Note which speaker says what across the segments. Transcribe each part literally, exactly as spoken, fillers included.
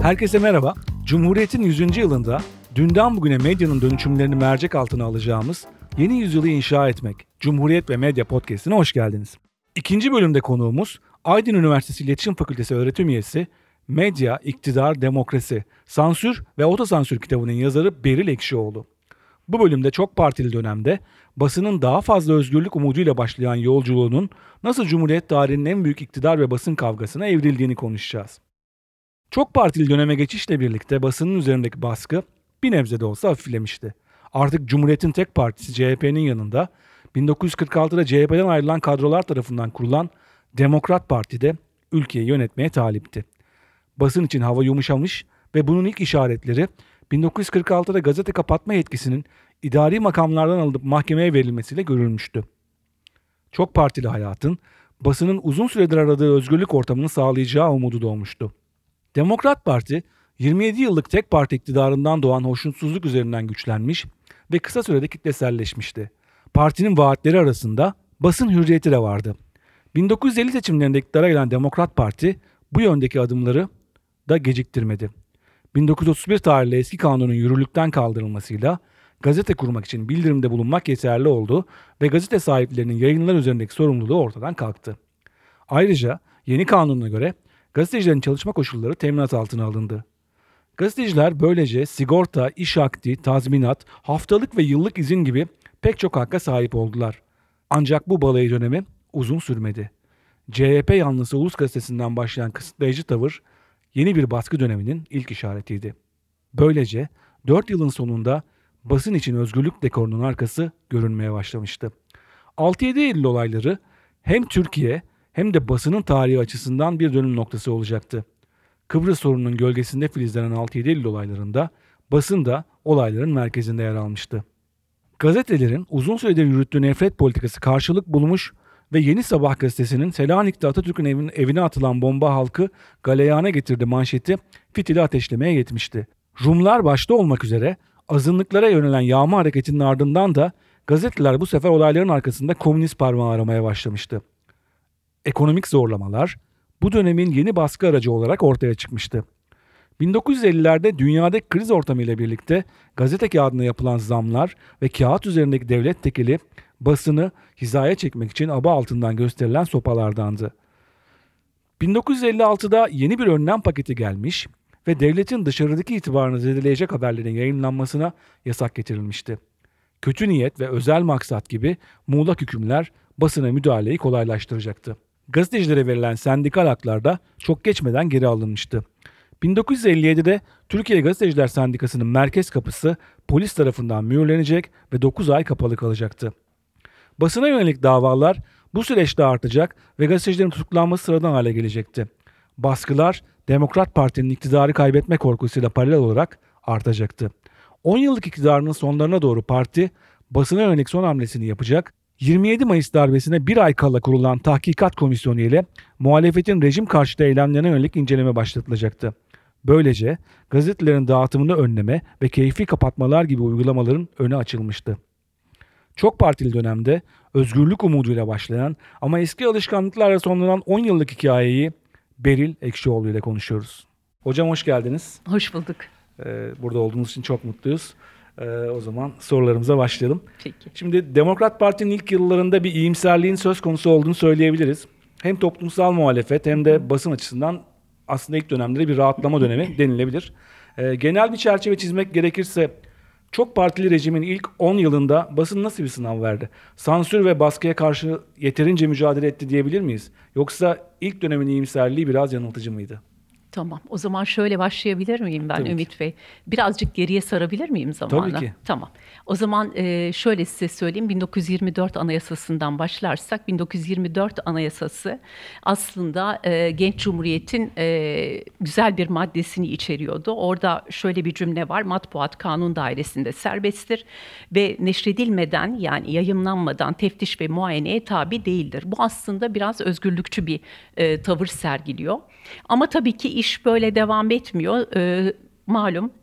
Speaker 1: Herkese merhaba. Cumhuriyet'in yüzüncü yılında dünden bugüne medyanın dönüşümlerini mercek altına alacağımız Yeni Yüzyılı İnşa Etmek, Cumhuriyet ve Medya Podcast'ine hoş geldiniz. İkinci bölümde konuğumuz Aydın Üniversitesi İletişim Fakültesi öğretim üyesi, Medya, İktidar, Demokrasi, Sansür ve Otosansür kitabının yazarı Beril Ekşioğlu. Bu bölümde çok partili dönemde basının daha fazla özgürlük umuduyla başlayan yolculuğunun nasıl Cumhuriyet tarihinin en büyük iktidar ve basın kavgasına evrildiğini konuşacağız. Çok partili döneme geçişle birlikte basının üzerindeki baskı bir nebze de olsa hafiflemişti. Artık Cumhuriyet'in tek partisi C H P'nin yanında bin dokuz yüz kırk altıda C H P'den ayrılan kadrolar tarafından kurulan Demokrat Parti de ülkeyi yönetmeye talipti. Basın için hava yumuşamış ve bunun ilk işaretleri bin dokuz yüz kırk altıda gazete kapatma yetkisinin idari makamlardan alınıp mahkemeye verilmesiyle görülmüştü. Çok partili hayatın basının uzun süredir aradığı özgürlük ortamını sağlayacağı umudu doğmuştu. Demokrat Parti, yirmi yedi yıllık tek parti iktidarından doğan hoşnutsuzluk üzerinden güçlenmiş ve kısa sürede kitleselleşmişti. Partinin vaatleri arasında basın hürriyeti de vardı. bin dokuz yüz elli seçimlerinde iktidara gelen Demokrat Parti bu yöndeki adımları da geciktirmedi. bin dokuz yüz otuz bir tarihli eski kanunun yürürlükten kaldırılmasıyla gazete kurmak için bildirimde bulunmak yeterli oldu ve gazete sahiplerinin yayınlar üzerindeki sorumluluğu ortadan kalktı. Ayrıca yeni kanuna göre gazetecilerin çalışma koşulları teminat altına alındı. Gazeteciler böylece sigorta, iş akdi, tazminat, haftalık ve yıllık izin gibi pek çok hakka sahip oldular. Ancak bu balayı dönemi uzun sürmedi. C H P yanlısı Ulus Gazetesi'nden başlayan kısıtlayıcı tavır yeni bir baskı döneminin ilk işaretiydi. Böylece dört yılın sonunda basın için özgürlük dekorunun arkası görünmeye başlamıştı. altı yedi Eylül olayları hem Türkiye hem de basının tarihi açısından bir dönüm noktası olacaktı. Kıbrıs sorununun gölgesinde filizlenen altı yedi Eylül olaylarında basın da olayların merkezinde yer almıştı. Gazetelerin uzun süredir yürüttüğü nefret politikası karşılık bulmuş ve Yeni Sabah gazetesinin Selanik'te Atatürk'ün evine, evine atılan bomba halkı galeyana getirdi manşeti fitili ateşlemeye yetmişti. Rumlar başta olmak üzere azınlıklara yönelen yağma hareketinin ardından da gazeteler bu sefer olayların arkasında komünist parmağı aramaya başlamıştı. Ekonomik zorlamalar bu dönemin yeni baskı aracı olarak ortaya çıkmıştı. bin dokuz yüz ellilerde dünyadaki kriz ortamıyla birlikte gazete kağıdına yapılan zamlar ve kağıt üzerindeki devlet tekeli basını hizaya çekmek için aba altından gösterilen sopalardandı. bin dokuz yüz elli altıda yeni bir önlem paketi gelmiş ve devletin dışarıdaki itibarını zedeleyecek haberlerin yayınlanmasına yasak getirilmişti. Kötü niyet ve özel maksat gibi muğlak hükümler basına müdahaleyi kolaylaştıracaktı. Gazetecilere verilen sendikal haklar da çok geçmeden geri alınmıştı. bin dokuz yüz elli yedide Türkiye Gazeteciler Sendikası'nın merkez kapısı polis tarafından mühürlenecek ve dokuz ay kapalı kalacaktı. Basına yönelik davalar bu süreçte artacak ve gazetecilerin tutuklanması sıradan hale gelecekti. Baskılar Demokrat Parti'nin iktidarı kaybetme korkusuyla paralel olarak artacaktı. on yıllık iktidarının sonlarına doğru parti basına yönelik son hamlesini yapacak. yirmi yedi Mayıs darbesine bir ay kala kurulan tahkikat komisyonu ile muhalefetin rejim karşıtı eylemlerine yönelik inceleme başlatılacaktı. Böylece gazetelerin dağıtımını önleme ve keyfi kapatmalar gibi uygulamaların önü açılmıştı. Çok partili dönemde özgürlük umuduyla başlayan ama eski alışkanlıklarla sonlanan on yıllık hikayeyi Beril Ekşioğlu ile konuşuyoruz. Hocam hoş geldiniz.
Speaker 2: Hoş bulduk.
Speaker 1: Ee, burada olduğunuz için çok mutluyuz. Ee, o zaman sorularımıza başlayalım.
Speaker 2: Peki.
Speaker 1: Şimdi Demokrat Parti'nin ilk yıllarında bir iyimserliğin söz konusu olduğunu söyleyebiliriz. Hem toplumsal muhalefet hem de basın açısından aslında ilk dönemde bir rahatlama dönemi denilebilir. Ee, genel bir çerçeve çizmek gerekirse çok partili rejimin ilk on yılında basın nasıl bir sınav verdi? Sansür ve baskıya karşı yeterince mücadele etti diyebilir miyiz? Yoksa ilk dönemin iyimserliği biraz yanıltıcı mıydı?
Speaker 2: Tamam. O zaman şöyle başlayabilir miyim ben? Tabii Ümit ki. Bey? Birazcık geriye sarabilir miyim zamanla?
Speaker 1: Tabii ki.
Speaker 2: Tamam. O zaman e, şöyle size söyleyeyim. bin dokuz yüz yirmi dört Anayasası'ndan başlarsak bin dokuz yüz yirmi dört Anayasası aslında e, Genç Cumhuriyet'in e, güzel bir maddesini içeriyordu. Orada şöyle bir cümle var. Matbuat kanun dairesinde serbesttir ve neşredilmeden yani yayımlanmadan teftiş ve muayeneye tabi değildir. Bu aslında biraz özgürlükçü bir e, tavır sergiliyor. Ama tabii ki iş böyle devam etmiyor. Ee, malum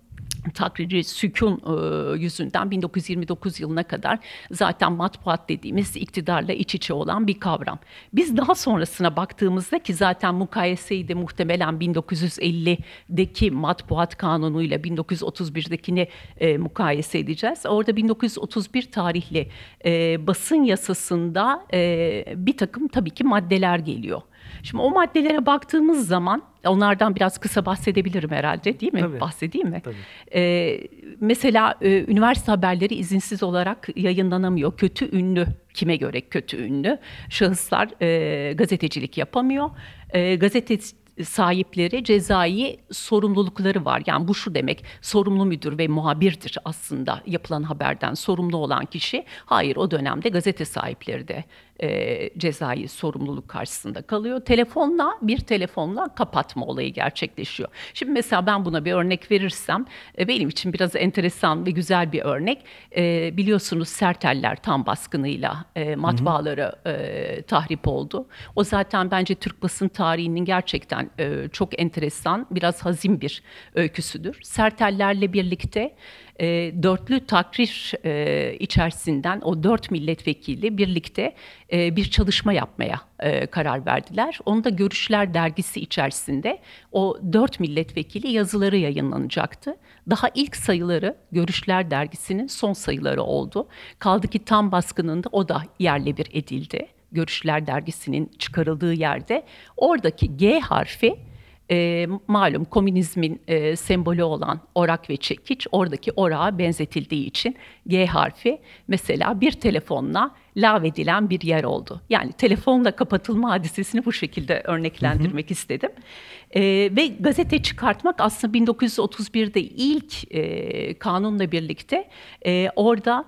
Speaker 2: takriri sükun e, yüzünden bin dokuz yüz yirmi dokuz yılına kadar zaten matbuat dediğimiz iktidarla iç içe olan bir kavram. Biz daha sonrasına baktığımızda ki zaten mukayeseyi de muhtemelen bin dokuz yüz ellideki matbuat kanunuyla bin dokuz yüz otuz birdekini e, mukayese edeceğiz. Orada bin dokuz yüz otuz bir tarihli e, basın yasasında e, bir takım tabii ki maddeler geliyor. Şimdi o maddelere baktığımız zaman onlardan biraz kısa bahsedebilirim herhalde, değil mi?
Speaker 1: Tabii.
Speaker 2: Bahsedeyim mi?
Speaker 1: Tabii.
Speaker 2: Ee, mesela e, üniversite haberleri izinsiz olarak yayınlanamıyor. Kötü ünlü, kime göre kötü ünlü şahıslar e, gazetecilik yapamıyor. E, gazete sahipleri cezai sorumlulukları var. Yani bu şu demek, sorumlu müdür ve muhabirdir aslında yapılan haberden sorumlu olan kişi. Hayır, o dönemde gazete sahipleri de e, cezai sorumluluk karşısında kalıyor. Telefonla, bir telefonla kapatma olayı gerçekleşiyor. Şimdi mesela ben buna bir örnek verirsem, e, benim için biraz enteresan ve güzel bir örnek. E, biliyorsunuz Serteller tam baskınıyla e, matbaaları e, tahrip oldu. O zaten bence Türk basın tarihinin gerçekten e, çok enteresan, biraz hazin bir öyküsüdür. Sertellerle birlikte e, dörtlü takrir e, içerisinden o dört milletvekili birlikte e, bir çalışma yapmaya e, karar verdiler. Onu da Görüşler dergisi içerisinde o dört milletvekili yazıları yayınlanacaktı. Daha ilk sayıları Görüşler dergisinin son sayıları oldu. Kaldı ki tam baskınında o da yerle bir edildi. Görüşler dergisinin çıkarıldığı yerde oradaki G harfi e, malum komünizmin e, sembolü olan orak ve çekiç, oradaki orağa benzetildiği için G harfi mesela bir telefonla lağvedilen bir yer oldu. Yani telefonla kapatılma hadisesini bu şekilde örneklendirmek hı hı. istedim. E, ve gazete çıkartmak aslında bin dokuz yüz otuz birde ilk e, kanunla birlikte e, orada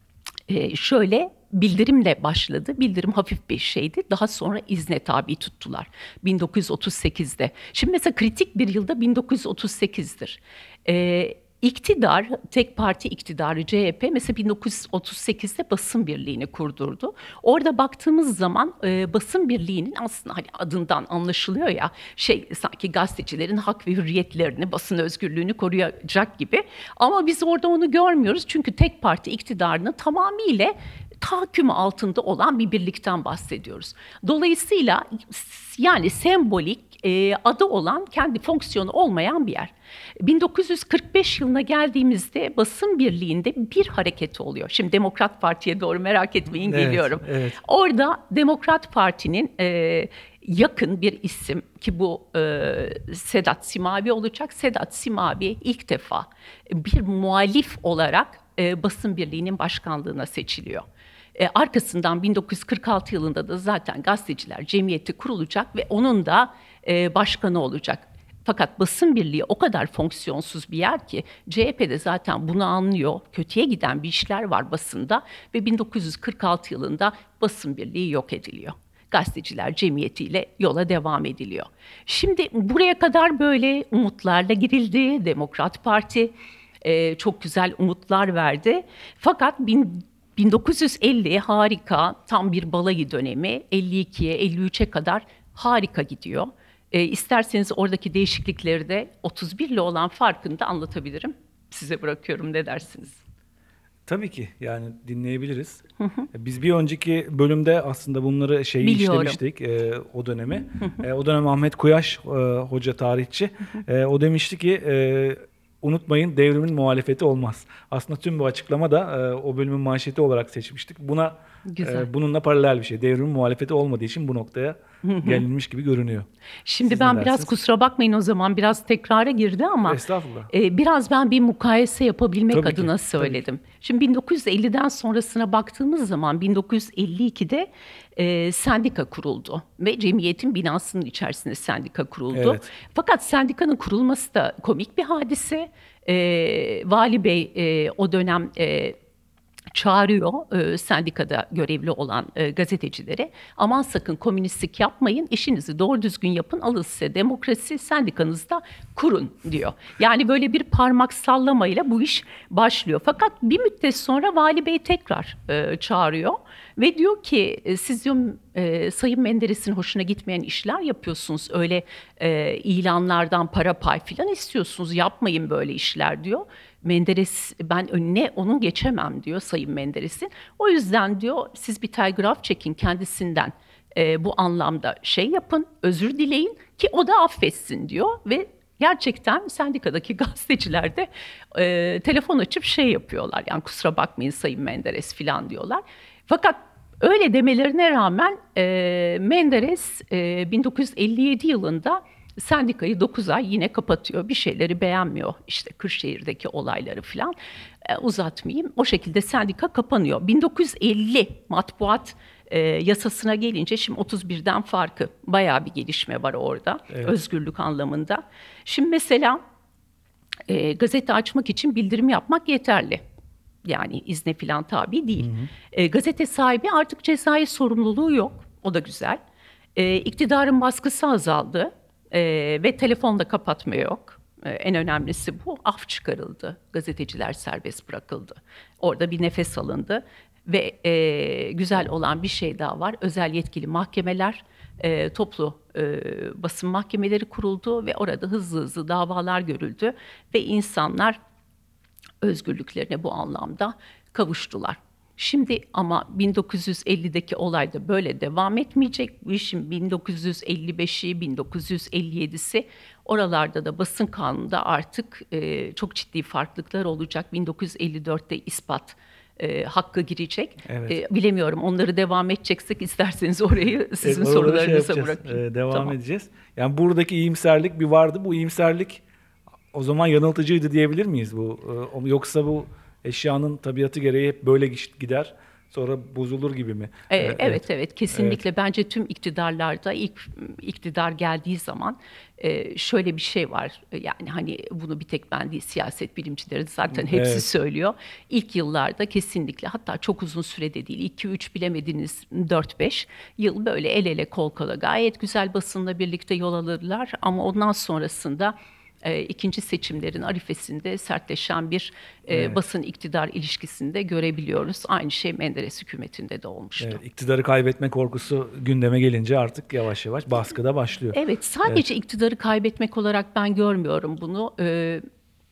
Speaker 2: e, şöyle bildirimle başladı. Bildirim hafif bir şeydi. Daha sonra izne tabi tuttular. bin dokuz yüz otuz sekizde. Şimdi mesela kritik bir yılda bin dokuz yüz otuz sekizdir. Ee, İktidar, tek parti iktidarı C H P mesela bin dokuz yüz otuz sekizde basın birliğini kurdurdu. Orada baktığımız zaman e, basın birliğinin aslında hani adından anlaşılıyor ya, şey sanki gazetecilerin hak ve hürriyetlerini, basın özgürlüğünü koruyacak gibi. Ama biz orada onu görmüyoruz çünkü tek parti iktidarını tamamıyla tahakküm altında olan bir birlikten bahsediyoruz. Dolayısıyla yani sembolik e, adı olan, kendi fonksiyonu olmayan bir yer. bin dokuz yüz kırk beş yılına geldiğimizde basın birliğinde bir hareket oluyor. Şimdi Demokrat Parti'ye doğru merak etmeyin,
Speaker 1: evet,
Speaker 2: geliyorum.
Speaker 1: Evet.
Speaker 2: Orada Demokrat Parti'nin e, yakın bir isim ki bu e, Sedat Simavi olacak. Sedat Simavi ilk defa bir muhalif olarak e, basın birliğinin başkanlığına seçiliyor. E, arkasından bin dokuz yüz kırk altı yılında da zaten Gazeteciler Cemiyeti kurulacak ve onun da e, başkanı olacak. Fakat basın birliği o kadar fonksiyonsuz bir yer ki C H P de zaten bunu anlıyor. Kötüye giden bir işler var basında ve bin dokuz yüz kırk altı yılında basın birliği yok ediliyor. Gazeteciler Cemiyeti ile yola devam ediliyor. Şimdi buraya kadar böyle umutlarla girildi. Demokrat Parti e, çok güzel umutlar verdi. Fakat bin bin dokuz yüz elli harika, tam bir balayı dönemi, elli ikiye elli üçe kadar harika gidiyor. E, isterseniz oradaki değişiklikleri de otuz bir ile olan farkını da anlatabilirim. Size bırakıyorum, ne dersiniz?
Speaker 1: Tabii ki, yani dinleyebiliriz. Hı hı. Biz bir önceki bölümde aslında bunları şeyi Biliyorum. işlemiştik e, o dönemi. Hı hı. E, o dönem Ahmet Kuyaş e, hoca tarihçi. Hı hı. E, o demişti ki e, unutmayın, devrimin muhalefeti olmaz. Aslında tüm bu açıklama da e, o bölümün manşeti olarak seçmiştik. Buna e, bununla paralel bir şey. Devrimin muhalefeti olmadığı için bu noktaya gelinmiş gibi görünüyor.
Speaker 2: Şimdi Siz ben biraz kusura bakmayın, o zaman biraz tekrara girdi ama e, biraz ben bir mukayese yapabilmek tabii adına ki, söyledim. Şimdi bin dokuz yüz elliden sonrasına baktığımız zaman bin dokuz yüz elli ikide e, sendika kuruldu ve cemiyetin binasının içerisinde sendika kuruldu. Evet. Fakat sendikanın kurulması da komik bir hadise. E, Vali Bey e, o dönem e, çağırıyor e, sendikada görevli olan e, gazetecileri. Aman sakın komünistlik yapmayın, işinizi doğru düzgün yapın, alın size demokrasi, sendikanızda kurun diyor. Yani böyle bir parmak sallamayla bu iş başlıyor. Fakat bir müddet sonra Vali Bey tekrar e, çağırıyor Ve diyor ki siz diyor e, Sayın Menderes'in hoşuna gitmeyen işler yapıyorsunuz. Öyle e, ilanlardan para pay filan istiyorsunuz. Yapmayın böyle işler diyor. Menderes ben önüne onun geçemem diyor Sayın Menderes'in. O yüzden diyor siz bir telgraf çekin kendisinden. E, bu anlamda şey yapın, özür dileyin ki o da affetsin diyor ve gerçekten sendikadaki gazeteciler de e, telefon açıp şey yapıyorlar. Yani kusura bakmayın Sayın Menderes falan diyorlar. Fakat öyle demelerine rağmen e, Menderes e, bin dokuz yüz elli yedi yılında sendikayı dokuz ay yine kapatıyor. Bir şeyleri beğenmiyor. İşte Kırşehir'deki olayları falan e, uzatmayayım. O şekilde sendika kapanıyor. bin dokuz yüz elli matbuat e, yasasına gelince şimdi otuz birden farkı. Bayağı bir gelişme var orada. Evet. Özgürlük anlamında. Şimdi mesela e, gazete açmak için bildirim yapmak yeterli. Yani izne falan tabi değil. Hı hı. E, gazete sahibi artık cezai sorumluluğu yok. O da güzel. E, iktidarın baskısı azaldı. E, ve telefonda kapatma yok. E, en önemlisi bu. Af çıkarıldı. Gazeteciler serbest bırakıldı. Orada bir nefes alındı. Ve e, güzel olan bir şey daha var. Özel yetkili mahkemeler, e, toplu e, basın mahkemeleri kuruldu ve orada hızlı hızlı davalar görüldü. Ve insanlar özgürlüklerine bu anlamda kavuştular. Şimdi ama bin dokuz yüz ellideki olay da böyle devam etmeyecek. Bu işin bin dokuz yüz elli beşi, bin dokuz yüz elli yedisi oralarda da basın kanununda artık e, çok ciddi farklılıklar olacak. bin dokuz yüz elli dörtte ispat e, hakkı girecek. Evet. E, bilemiyorum onları devam edeceksek isterseniz orayı sizin evet, sorularınıza şey bırakayım.
Speaker 1: Ee, devam tamam. edeceğiz. Yani buradaki iyimserlik bir vardı. Bu iyimserlik o zaman yanıltıcıydı diyebilir miyiz bu? Yoksa bu eşyanın tabiatı gereği hep böyle gider, sonra bozulur gibi mi?
Speaker 2: Ee, evet, evet, evet, kesinlikle. Evet. Bence tüm iktidarlarda ilk iktidar geldiği zaman şöyle bir şey var. Yani hani bunu bir tek ben değil, siyaset bilimcileri zaten hepsi evet. söylüyor. İlk yıllarda kesinlikle, hatta çok uzun sürede değil, iki üç bilemediniz dört beş yıl böyle el ele kol kola gayet güzel basınla birlikte yol alırlar. Ama ondan sonrasında E, ikinci seçimlerin arifesinde sertleşen bir e, evet. basın iktidar ilişkisinde görebiliyoruz. Aynı şey Menderes hükümetinde de olmuştu.
Speaker 1: Evet, iktidarı kaybetme korkusu gündeme gelince artık yavaş yavaş baskıda başlıyor.
Speaker 2: Evet, sadece evet. iktidarı kaybetmek olarak ben görmüyorum bunu. Ee,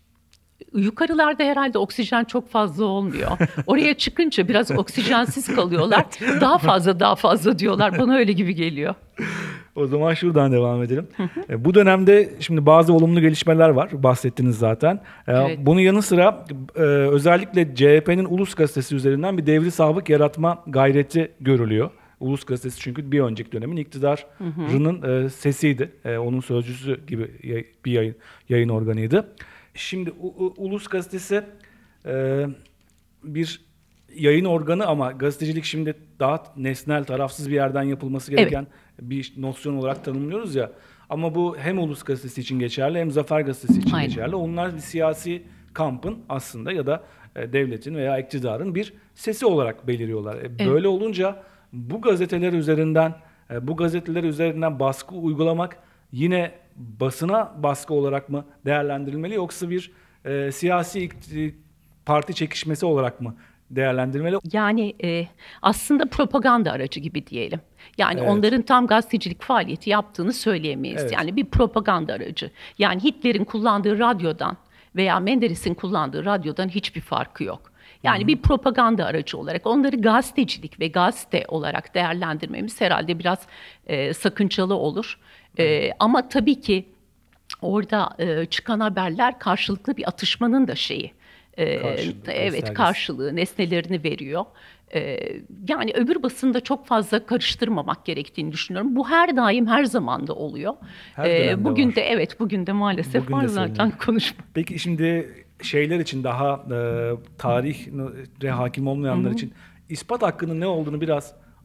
Speaker 2: Yukarılarda herhalde oksijen çok fazla olmuyor. Oraya çıkınca biraz oksijensiz kalıyorlar. Daha fazla daha fazla diyorlar. Bana öyle gibi geliyor.
Speaker 1: O zaman şuradan devam edelim. Bu dönemde şimdi bazı olumlu gelişmeler var. Bahsettiniz zaten. Evet. Bunun yanı sıra özellikle C H P'nin Ulus Gazetesi üzerinden bir devri sabık yaratma gayreti görülüyor. Ulus Gazetesi çünkü bir önceki dönemin iktidarının hı hı. sesiydi. Onun sözcüsü gibi bir yayın, yayın organıydı. Şimdi U- Ulus Gazetesi e, bir yayın organı ama gazetecilik şimdi daha nesnel, tarafsız bir yerden yapılması gereken evet. bir nosyon olarak tanımlıyoruz ya. Ama bu hem Ulus Gazetesi için geçerli hem Zafer Gazetesi için Aynen. geçerli. Onlar bir siyasi kampın aslında ya da e, devletin veya iktidarın bir sesi olarak beliriyorlar. E, evet. Böyle olunca bu gazeteler üzerinden, e, bu gazeteler üzerinden baskı uygulamak yine basına baskı olarak mı değerlendirilmeli yoksa bir e, siyasi parti çekişmesi olarak mı değerlendirmeli?
Speaker 2: Yani e, aslında propaganda aracı gibi diyelim. Yani evet. onların tam gazetecilik faaliyeti yaptığını söyleyemeyiz. Evet. Yani bir propaganda aracı. Yani Hitler'in kullandığı radyodan veya Menderes'in kullandığı radyodan hiçbir farkı yok. Yani Hı-hı. bir propaganda aracı olarak onları gazetecilik ve gazete olarak değerlendirmemiz herhalde biraz e, sakıncalı olur. E, ama tabii ki orada e, çıkan haberler karşılıklı bir atışmanın da şeyi. E, karşılığı, evet karşılığı, nesnelerini veriyor. E, yani öbür basında çok fazla karıştırmamak gerektiğini düşünüyorum. Bu her daim her zaman da oluyor.
Speaker 1: Her
Speaker 2: e, bugün
Speaker 1: var.
Speaker 2: de evet bugün de maalesef bugün var de zaten konuşma.
Speaker 1: Peki şimdi şeyler için daha e, tarihe hakim olmayanlar Hı-hı. için ispat hakkının ne olduğunu biraz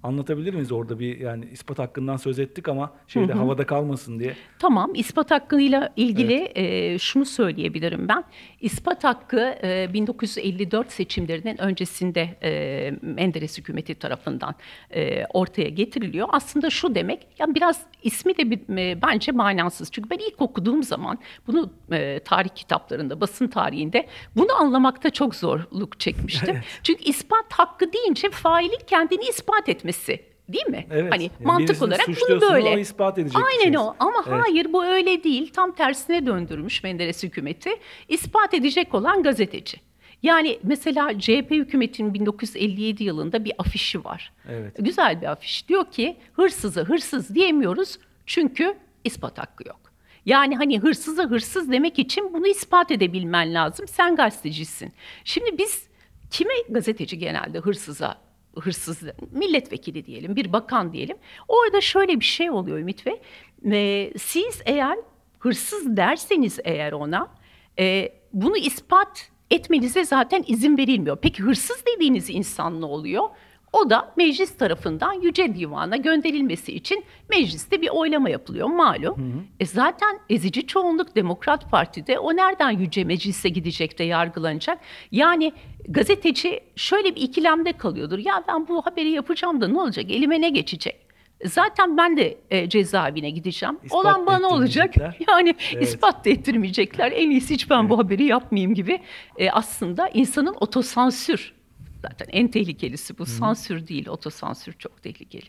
Speaker 1: anlatabilir miyiz orada bir, yani ispat hakkından söz ettik ama şeyde havada kalmasın diye.
Speaker 2: Tamam, ispat hakkıyla ilgili e, şunu söyleyebilirim ben. İspat hakkı e, bin dokuz yüz elli dört seçimlerinin öncesinde e, Menderes hükümeti tarafından e, ortaya getiriliyor. Aslında şu demek, yani biraz ismi de bir, e, bence manasız. Çünkü ben ilk okuduğum zaman bunu e, tarih kitaplarında, basın tarihinde bunu anlamakta çok zorluk çekmiştim. Çünkü ispat hakkı deyince failin kendini ispat etmesi. Değil mi?
Speaker 1: Evet.
Speaker 2: Hani
Speaker 1: Yani
Speaker 2: mantık olarak bunu böyle.
Speaker 1: O ispat edecek.
Speaker 2: Aynen o. Ama
Speaker 1: evet.
Speaker 2: hayır, bu öyle değil. Tam tersine döndürmüş Menderes hükümeti. İspat edecek olan gazeteci. Yani mesela C H P hükümetinin bin dokuz yüz elli yedi yılında bir afişi var.
Speaker 1: Evet.
Speaker 2: Güzel bir afiş. Diyor ki hırsızı hırsız diyemiyoruz çünkü ispat hakkı yok. Yani hani hırsıza hırsız demek için bunu ispat edebilmen lazım. Sen gazetecisin. Şimdi biz kime gazeteci genelde hırsıza hırsız, milletvekili diyelim, bir bakan diyelim. Orada şöyle bir şey oluyor Ümit Bey. E, siz eğer hırsız derseniz eğer ona e, bunu ispat etmenize zaten izin verilmiyor. Peki hırsız dediğiniz insan ne oluyor? O da meclis tarafından Yüce Divan'a gönderilmesi için mecliste bir oylama yapılıyor malum. Hı hı. E zaten ezici çoğunluk Demokrat Parti'de, o nereden Yüce Meclis'e gidecek de yargılanacak? Yani gazeteci şöyle bir ikilemde kalıyordur. Ya ben bu haberi yapacağım da ne olacak? Elime ne geçecek? Zaten ben de e, cezaevine gideceğim.
Speaker 1: İspat
Speaker 2: Olan bana olacak. Yani
Speaker 1: evet.
Speaker 2: ispat da ettirmeyecekler. En iyisi hiç ben evet. bu haberi yapmayayım gibi. E, aslında insanın otosansür. Zaten en tehlikelisi bu. Hı-hı. Sansür değil, otosansür çok tehlikeli.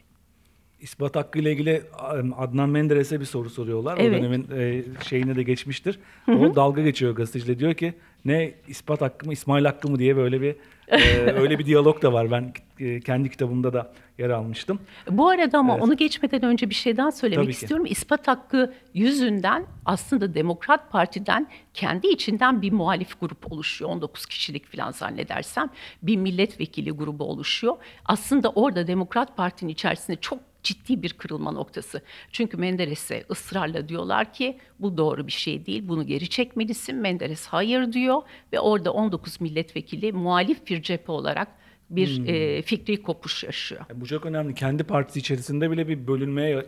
Speaker 1: İspat hakkı ile ilgili Adnan Menderes'e bir soru soruyorlar. Evet. O dönemin e, şeyine de geçmiştir. Hı-hı. O dalga geçiyor gazeteciyle. Diyor ki ne ispat hakkı mı İsmail hakkı mı diye böyle bir e, öyle bir diyalog da var. Ben e, kendi kitabımda da yer almıştım.
Speaker 2: Bu arada ama evet. onu geçmeden önce bir şey daha söylemek istiyorum. İspat hakkı yüzünden aslında Demokrat Parti'den kendi içinden bir muhalif grup oluşuyor. on dokuz kişilik falan zannedersem bir milletvekili grubu oluşuyor. Aslında orada Demokrat Parti'nin içerisinde çok ciddi bir kırılma noktası. Çünkü Menderes'e ısrarla diyorlar ki bu doğru bir şey değil, bunu geri çekmelisin. Menderes hayır diyor ve orada on dokuz milletvekili muhalif bir cephe olarak bir hmm. e, fikri kopuş yaşıyor.
Speaker 1: Bu çok önemli. Kendi partisi içerisinde bile bir bölünmeye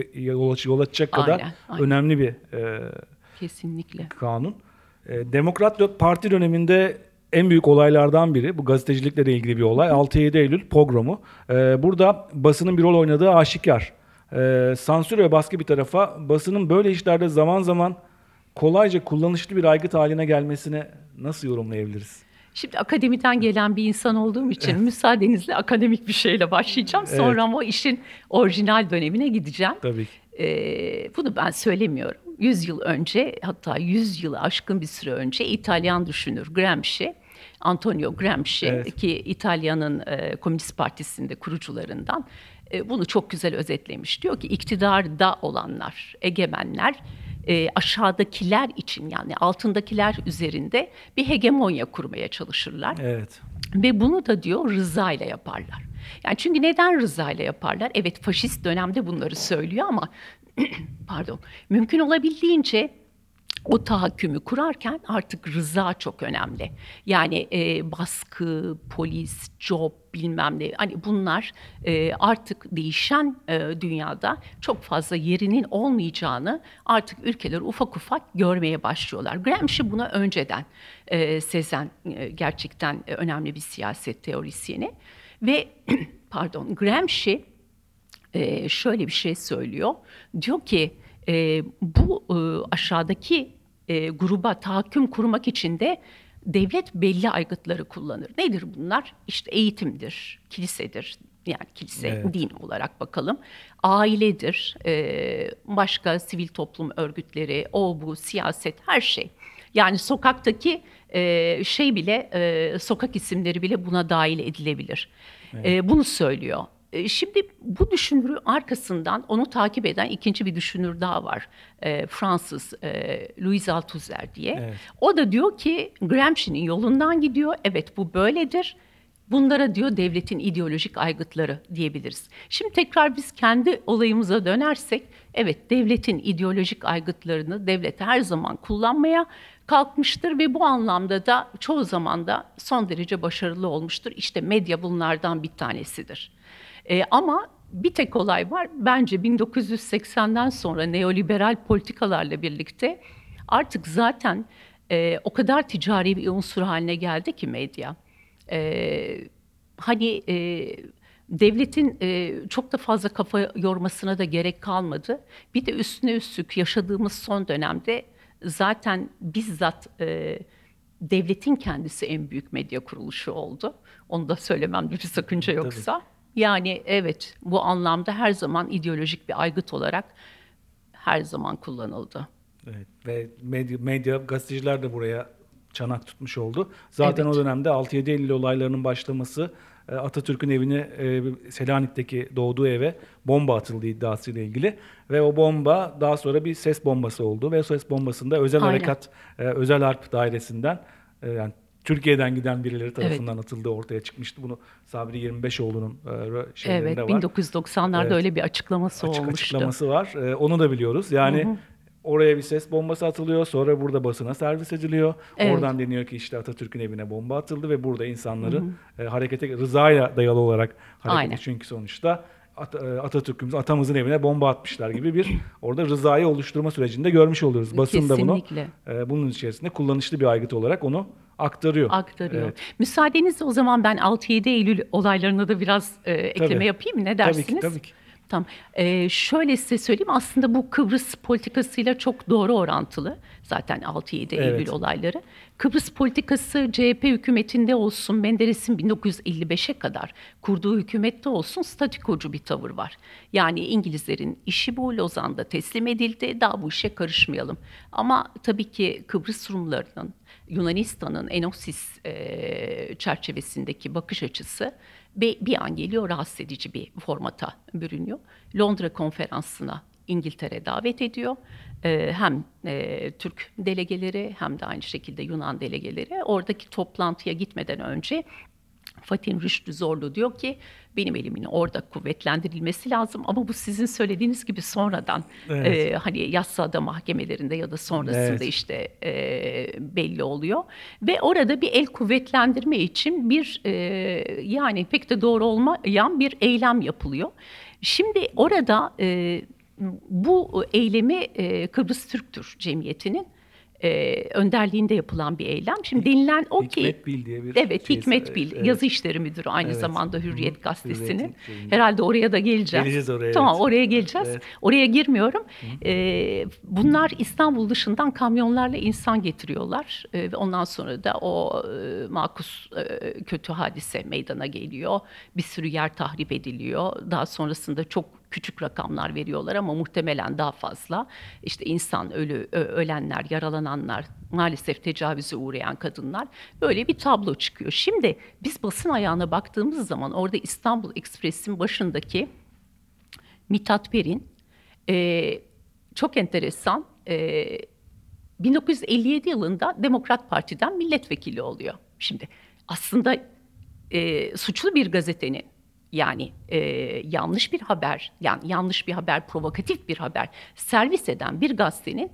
Speaker 1: yol açacak kadar aynen, aynen. önemli bir e,
Speaker 2: kesinlikle
Speaker 1: kanun. E, Demokrat Parti döneminde en büyük olaylardan biri, bu gazetecilikle ilgili bir olay, altı yedi Eylül pogromu. Ee, burada basının bir rol oynadığı aşikar. Ee, sansür ve baskı bir tarafa, basının böyle işlerde zaman zaman kolayca kullanışlı bir aygıt haline gelmesini nasıl yorumlayabiliriz?
Speaker 2: Şimdi akademiden gelen bir insan olduğum için müsaadenizle akademik bir şeyle başlayacağım. Sonra evet. ama işin orijinal dönemine gideceğim.
Speaker 1: Tabii ki.
Speaker 2: Ee, bunu ben söylemiyorum. yüz yıl önce, hatta yüz yılı aşkın bir süre önce İtalyan düşünür Gramsci, Antonio Gramsci evet. ki İtalya'nın e, Komünist Partisi'nde kurucularından e, bunu çok güzel özetlemiş. Diyor ki iktidarda olanlar, egemenler e, aşağıdakiler için, yani altındakiler üzerinde bir hegemonya kurmaya çalışırlar.
Speaker 1: Evet.
Speaker 2: Ve bunu da diyor rıza ile yaparlar. Yani çünkü neden rıza ile yaparlar? Evet, faşist dönemde bunları söylüyor ama pardon, mümkün olabildiğince o tahakkümü kurarken artık rıza çok önemli. Yani e, baskı, polis, job bilmem ne, hani bunlar e, artık değişen e, dünyada çok fazla yerinin olmayacağını artık ülkeler ufak ufak görmeye başlıyorlar. Gramsci buna önceden e, sezen e, gerçekten önemli bir siyaset teorisyeni ve pardon Gramsci e, şöyle bir şey söylüyor. Diyor ki E, bu e, aşağıdaki e, gruba tahakküm kurmak için de devlet belli aygıtları kullanır. Nedir bunlar? İşte eğitimdir, kilisedir, yani kilise evet. din olarak bakalım. Ailedir, e, başka sivil toplum örgütleri, o bu, siyaset, her şey. Yani sokaktaki e, şey bile, e, sokak isimleri bile buna dahil edilebilir. Evet. E, bunu söylüyor. Şimdi bu düşünürü arkasından onu takip eden ikinci bir düşünür daha var. E, Fransız e, Louis Althusser diye. Evet. O da diyor ki Gramsci'nin yolundan gidiyor. Evet, bu böyledir. Bunlara diyor devletin ideolojik aygıtları diyebiliriz. Şimdi tekrar biz kendi olayımıza dönersek, evet, devletin ideolojik aygıtlarını devlet her zaman kullanmaya kalkmıştır ve bu anlamda da çoğu zaman da son derece başarılı olmuştur. İşte medya bunlardan bir tanesidir. E, ama bir tek olay var. Bence bin dokuz yüz seksenden sonra neoliberal politikalarla birlikte artık zaten e, o kadar ticari bir unsur haline geldi ki medya. E, hani e, devletin e, çok da fazla kafa yormasına da gerek kalmadı. Bir de üstüne üstlük yaşadığımız son dönemde zaten bizzat e, devletin kendisi en büyük medya kuruluşu oldu. Onu da söylememde bir sakınca yoksa.
Speaker 1: Tabii.
Speaker 2: Yani evet, bu anlamda her zaman ideolojik bir aygıt olarak her zaman kullanıldı.
Speaker 1: Evet. Ve medya, medya, gazeteciler de buraya çanak tutmuş oldu. Zaten
Speaker 2: Evet.
Speaker 1: o dönemde altı yedi Eylül olaylarının başlaması, e, Atatürk'ün evine, e, Selanik'teki doğduğu eve bomba atıldığı iddiasıyla ilgili. Ve o bomba daha sonra bir ses bombası oldu. Ve o ses bombasında özel
Speaker 2: Aynen.
Speaker 1: harekat, e, özel harp dairesinden, e, yani Türkiye'den giden birileri tarafından
Speaker 2: Evet.
Speaker 1: atıldığı ortaya çıkmıştı. Bunu Sabri Yirmibeşoğlu'nun e,
Speaker 2: Evet,
Speaker 1: şeylerinde var.
Speaker 2: bin dokuz yüz doksanlarda
Speaker 1: Evet.
Speaker 2: öyle bir açıklaması
Speaker 1: Açık
Speaker 2: olmuştu.
Speaker 1: açıklaması var. Ee, onu da biliyoruz. Yani
Speaker 2: Hı hı.
Speaker 1: oraya bir ses bombası atılıyor. Sonra burada basına servis ediliyor.
Speaker 2: Evet.
Speaker 1: Oradan deniyor ki işte Atatürk'ün evine bomba atıldı ve burada insanları e, harekete, rızaya dayalı olarak harekete,
Speaker 2: Aynen.
Speaker 1: çünkü sonuçta At- e, Atatürk'ümüz, atamızın evine bomba atmışlar gibi bir orada rızayı oluşturma sürecinde görmüş oluyoruz. Basın da bunu
Speaker 2: Kesinlikle.
Speaker 1: e, bunun içerisinde kullanışlı bir aygıt olarak onu aktarıyor.
Speaker 2: Aktarıyor.
Speaker 1: Evet.
Speaker 2: Müsaadenizle o zaman ben altı yedi Eylül olaylarına da biraz e, ekleme
Speaker 1: Tabii.
Speaker 2: yapayım mı? Ne
Speaker 1: Tabii
Speaker 2: dersiniz?
Speaker 1: ki, tabii ki.
Speaker 2: Tamam. Ee, şöyle size söyleyeyim, aslında bu Kıbrıs politikasıyla çok doğru orantılı. Zaten altı yedi
Speaker 1: Evet.
Speaker 2: Eylül olayları. Kıbrıs politikası C H P hükümetinde olsun, Menderes'in bin dokuz yüz elli beşe kadar kurduğu hükümette olsun statikocu bir tavır var. Yani İngilizlerin işi bu, Lozan'da teslim edildi, daha bu işe karışmayalım. Ama tabii ki Kıbrıs Rumlarının, Yunanistan'ın Enosis e, çerçevesindeki bakış açısı bir, bir an geliyor, rahatsız edici bir formata bürünüyor. Londra konferansına İngiltere davet ediyor. Ee, hem e, Türk delegeleri hem de aynı şekilde Yunan delegeleri. Oradaki toplantıya gitmeden önce Fatih Rüştü Zorlu diyor ki benim elimin orada kuvvetlendirilmesi lazım ama bu sizin söylediğiniz gibi sonradan
Speaker 1: Evet.
Speaker 2: e, hani yassıada mahkemelerinde ya da sonrasında
Speaker 1: Evet.
Speaker 2: işte e, belli oluyor ve orada bir el kuvvetlendirme için bir e, yani pek de doğru olmayan bir eylem yapılıyor. Şimdi orada e, bu eylemi e, Kıbrıs Türk Cemiyeti'nin e, önderliğinde yapılan bir eylem. Şimdi denilen o ki
Speaker 1: Hikmet Bil diye bir
Speaker 2: evet,
Speaker 1: şey-
Speaker 2: Hikmet Bil,
Speaker 1: evet.
Speaker 2: yazı işleri müdürü, aynı
Speaker 1: Evet.
Speaker 2: zamanda Hürriyet
Speaker 1: Hı hı.
Speaker 2: Gazetesi'nin.
Speaker 1: Hürriyet'in şeyinde.
Speaker 2: Herhalde oraya da geleceğiz.
Speaker 1: Geleceğiz oraya,
Speaker 2: Tamam,
Speaker 1: evet.
Speaker 2: oraya geleceğiz.
Speaker 1: Evet.
Speaker 2: Oraya girmiyorum. Ee, bunlar İstanbul dışından kamyonlarla insan getiriyorlar. Ee, ve ondan sonra da o e, makus e, kötü hadise meydana geliyor. Bir sürü yer tahrip ediliyor. Daha sonrasında çok küçük rakamlar veriyorlar ama muhtemelen daha fazla. İşte insan ölü, ö- ölenler, yaralananlar, maalesef tecavüze uğrayan kadınlar, böyle bir tablo çıkıyor. Şimdi biz basın ayağına baktığımız zaman orada İstanbul Ekspres'in başındaki Mithat Perin e, çok enteresan, e, bin dokuz yüz elli yedi yılında Demokrat Parti'den milletvekili oluyor. Şimdi aslında e, suçlu bir gazetenin, yani e, yanlış bir haber, yani yanlış bir haber, provokatif bir haber servis eden bir gazetenin